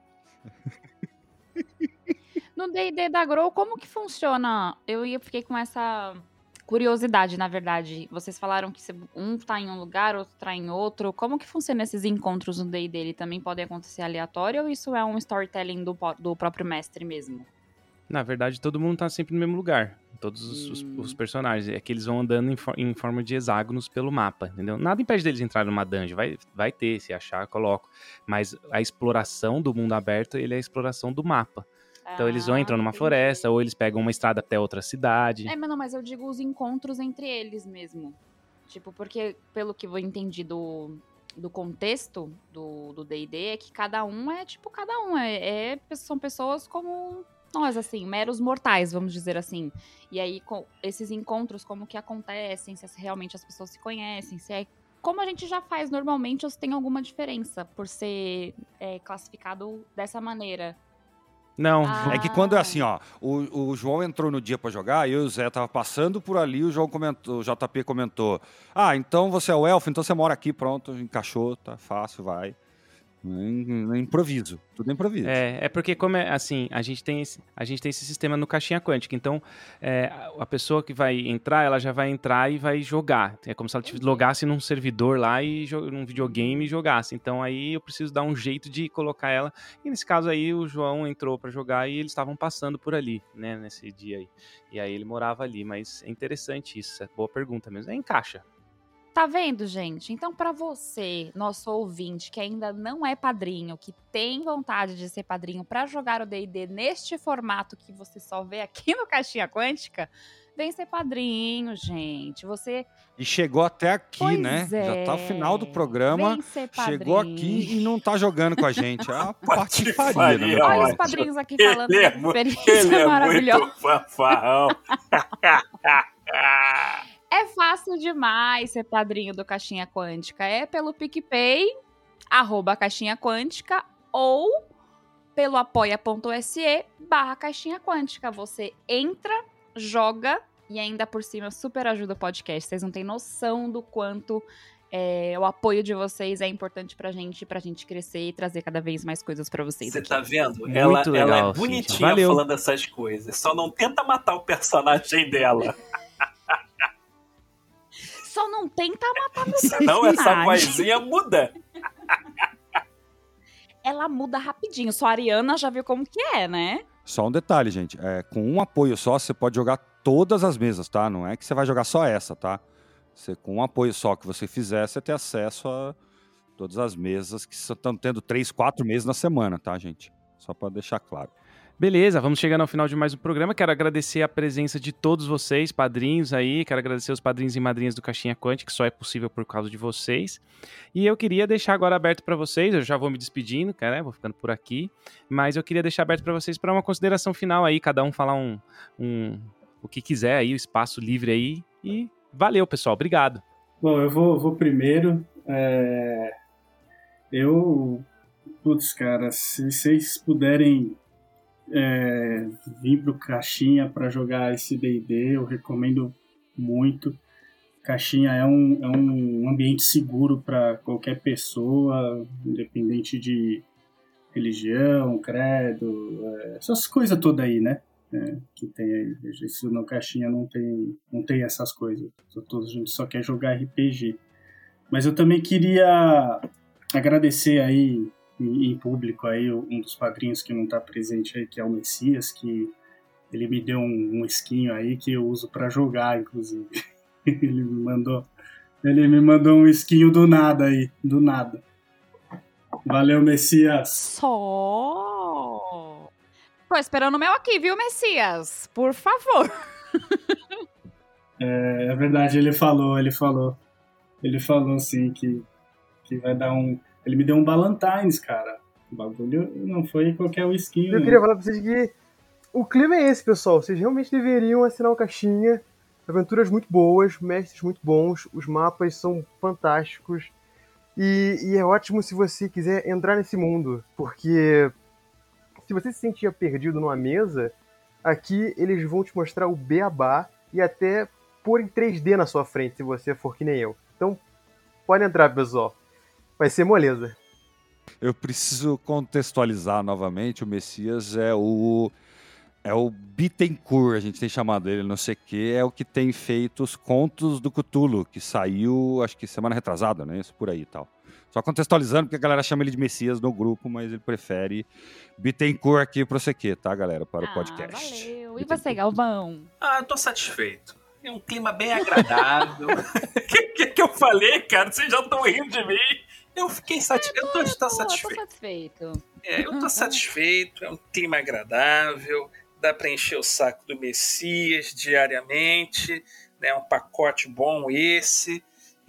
S2: No D&D da Grow, como que funciona? Fiquei com essa curiosidade, na verdade. Vocês falaram que um tá em um lugar, outro tá em outro. Como que funciona esses encontros no D&D? Ele também podem acontecer aleatório ou isso é um storytelling do próprio mestre mesmo?
S3: Na verdade, todo mundo tá sempre no mesmo lugar. Todos os personagens. É que eles vão andando em forma de hexágonos pelo mapa, entendeu? Nada impede deles entrarem numa dungeon. Vai ter, se achar, coloco. Mas a exploração do mundo aberto, ele é a exploração do mapa. Então eles ou entram numa
S2: entendi.
S3: floresta, ou eles pegam uma estrada até outra cidade.
S2: Mas eu digo os encontros entre eles mesmo. Tipo, porque pelo que eu entendi do contexto do D&D, é que cada um é tipo cada um. São pessoas como nós, assim, meros mortais, vamos dizer assim. E aí, esses encontros, como que acontecem, se realmente as pessoas se conhecem, se é como a gente já faz normalmente, ou se tem alguma diferença por ser classificado dessa maneira.
S3: Não.
S4: É que quando é assim, ó, o João entrou no dia pra jogar, eu e o Zé tava passando por ali, o JP comentou, então você é o elfo, então você mora aqui, pronto, encaixou, tá fácil, vai. É improviso, tudo é improviso.
S3: É porque como é assim, a gente tem esse sistema no Caixinha Quântica, então a pessoa que vai entrar, ela já vai entrar e vai jogar. É como se ela logasse num servidor lá e num videogame e jogasse. Então aí eu preciso dar um jeito de colocar ela. E nesse caso aí o João entrou pra jogar e eles estavam passando por ali, né, nesse dia aí. E aí ele morava ali, mas é interessante isso, é boa pergunta mesmo. Encaixa.
S2: Tá vendo, gente? Então, pra você, nosso ouvinte, que ainda não é padrinho, que tem vontade de ser padrinho pra jogar o D&D neste formato que você só vê aqui no Caixinha Quântica, vem ser padrinho, gente.
S4: E chegou até aqui,
S2: pois
S4: né?
S2: É.
S4: Já tá o final do programa.
S2: Vem ser padrinho.
S4: Chegou aqui e não tá jogando com a gente. É uma patifaria, né?
S2: Olha os padrinhos aqui falando da experiência maravilhosa.
S5: Muito fanfarrão.
S2: É fácil demais ser padrinho do Caixinha Quântica. É pelo PicPay, @Caixinha Quântica, ou pelo apoia.se/Caixinha Quântica. Você entra, joga e ainda por cima super ajuda o podcast. Vocês não têm noção do quanto o apoio de vocês é importante pra gente crescer e trazer cada vez mais coisas pra vocês.
S5: Você
S2: aqui.
S5: tá vendo?
S3: Muito
S5: Ela
S3: legal,
S5: é bonitinha
S3: Cíntia. Valeu.
S5: falando essas coisas. Só não tenta matar o personagem dela.
S2: Só não tenta matar meu
S5: Senão essa
S2: personagem.
S5: vozinha muda.
S2: Ela muda rapidinho. Só a Ariana já viu como que é, né?
S4: Só um detalhe, gente. Com um apoio só, você pode jogar todas as mesas, tá? Não é que você vai jogar só essa, tá? Com um apoio só que você fizer, você tem acesso a todas as mesas que estão tendo 3, 4 meses na semana, tá, gente? Só para deixar claro.
S3: Beleza, vamos chegando ao final de mais um programa. Quero agradecer a presença de todos vocês, padrinhos aí. Quero agradecer os padrinhos e madrinhas do Caixinha Quântica, que só é possível por causa de vocês. E eu queria deixar agora aberto para vocês, eu já vou me despedindo, cara, vou ficando por aqui. Mas eu queria deixar aberto para vocês para uma consideração final aí, cada um falar o que quiser aí, o espaço livre aí. E valeu, pessoal, obrigado.
S6: Bom, eu vou primeiro. Putz, cara, se vocês puderem vir pro Caixinha para jogar esse D&D, eu recomendo muito. Caixinha é um ambiente seguro para qualquer pessoa, independente de religião, credo, essas coisas todas aí, né? Que tem aí. Isso no Caixinha não tem essas coisas. A gente só quer jogar RPG. Mas eu também queria agradecer aí em público aí um dos padrinhos que não está presente aí, que é o Messias, que ele me deu um skin aí que eu uso para jogar, inclusive. Ele me mandou um skin do nada aí, do nada. Valeu, Messias.
S2: Só. Tô esperando o meu aqui, viu, Messias? Por favor.
S6: É verdade, ele falou sim que vai dar Ele me deu um Ballantines, cara. O bagulho não foi qualquer whisky.
S7: Eu queria falar pra vocês que o clima é esse, pessoal. Vocês realmente deveriam assinar o Caixinha. Aventuras muito boas, mestres muito bons, os mapas são fantásticos. E é ótimo se você quiser entrar nesse mundo, porque se você se sentia perdido numa mesa, Aqui eles vão te mostrar o beabá e até pôr em 3D na sua frente, se você for que nem eu. Então, pode entrar, pessoal. Vai ser moleza.
S4: Eu preciso contextualizar novamente. O Messias é o Bittencourt, a gente tem chamado ele, não sei o que, é o que tem feito os Contos do Cthulhu, que saiu, acho que semana retrasada, né? Isso por aí e tal. Só contextualizando, porque a galera chama ele de Messias no grupo, mas ele prefere Bittencourt aqui pro CQ, tá, galera? Para o podcast.
S2: Valeu. E você, Galvão?
S5: Eu tô satisfeito. É um clima bem agradável. O que eu falei, cara? Vocês já estão rindo de mim. Eu fiquei satisfeito. Eu tô satisfeito. Eu tô satisfeito. É um clima agradável. Dá pra encher o saco do Messias diariamente. É um pacote bom esse.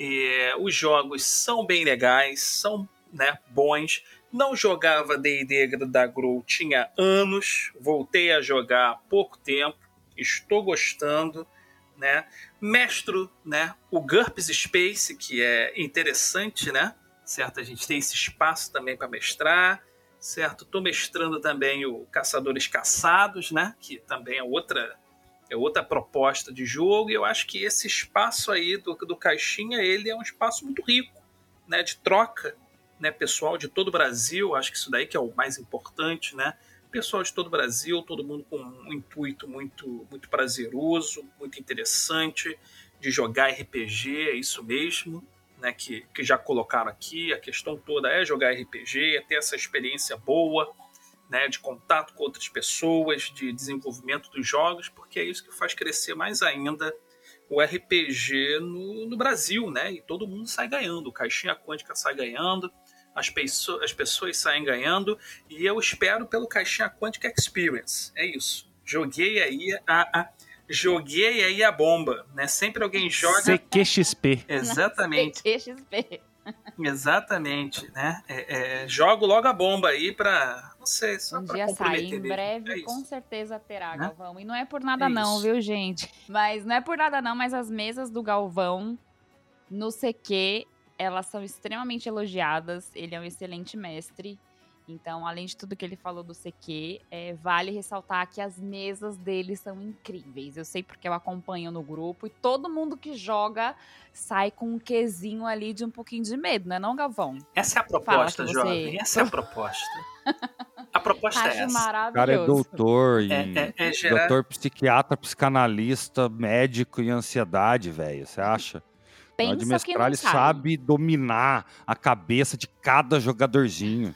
S5: Os jogos são bem legais, são, né, bons. Não jogava D&D da Grow tinha anos. Voltei a jogar há pouco tempo. Estou gostando. Né? Mestro, né, o GURPS Space, que é interessante, né? Certo? A gente tem esse espaço também para mestrar, certo? Estou mestrando também o Caçadores Caçados, né? Que também é outra proposta de jogo, e eu acho que esse espaço aí do Caixinha, ele é um espaço muito rico, né? De troca, né? Pessoal de todo o Brasil, acho que isso daí que é o mais importante, né? Pessoal de todo o Brasil, todo mundo com um intuito muito, muito prazeroso, muito interessante de jogar RPG, é isso mesmo, né, que já colocaram aqui. A questão toda é jogar RPG, é ter essa experiência boa, né, de contato com outras pessoas, de desenvolvimento dos jogos, porque é isso que faz crescer mais ainda o RPG no Brasil, né, e todo mundo sai ganhando, o Caixinha Quântica sai ganhando, as pessoas saem ganhando, e eu espero pelo Caixinha Quântica Experience. É isso. Joguei aí a bomba, né? Sempre alguém joga...
S3: CQXP.
S5: Exatamente.
S2: CQXP.
S5: Exatamente, né? Jogo logo a bomba aí pra... Não sei, só
S2: um
S5: pra
S2: dia sair, em
S5: mesmo.
S2: breve com certeza terá,
S5: né?
S2: Galvão. E não é por nada não, viu, gente? Mas não é por nada não, mas as mesas do Galvão no CQ... elas são extremamente elogiadas, ele é um excelente mestre, então, além de tudo que ele falou do CQ, vale ressaltar que as mesas dele são incríveis. Eu sei porque eu acompanho no grupo, e todo mundo que joga sai com um quezinho ali de um pouquinho de medo, não é não, Galvão?
S5: Essa é a proposta, jovem, essa é a proposta. A proposta é essa.
S4: O cara é doutor, doutor psiquiatra, psicanalista, médico em ansiedade, velho, você acha? Na hora de mestrar, ele sabe dominar a cabeça de cada jogadorzinho.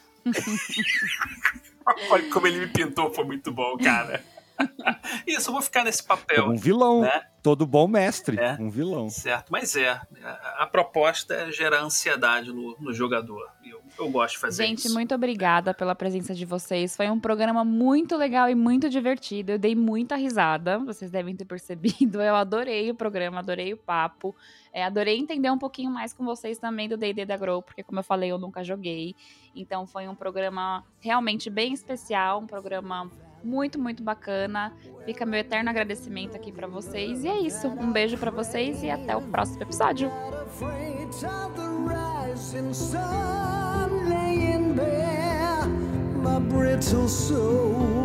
S5: Olha como ele me pintou, foi muito bom, cara. Isso, eu vou ficar nesse papel.
S4: Um vilão,
S5: né?
S4: Todo bom mestre, um vilão.
S5: Certo, mas a proposta é gerar ansiedade no jogador. Eu gosto de fazer isso.
S2: Gente, muito obrigada pela presença de vocês. Foi um programa muito legal e muito divertido. Eu dei muita risada, vocês devem ter percebido. Eu adorei o programa, adorei o papo. Adorei entender um pouquinho mais com vocês também do D&D da Grow, porque, como eu falei, eu nunca joguei. Então, foi um programa realmente bem especial, um programa muito, muito bacana. Fica meu eterno agradecimento aqui pra vocês. E é isso. Um beijo pra vocês e até o próximo episódio. My brittle soul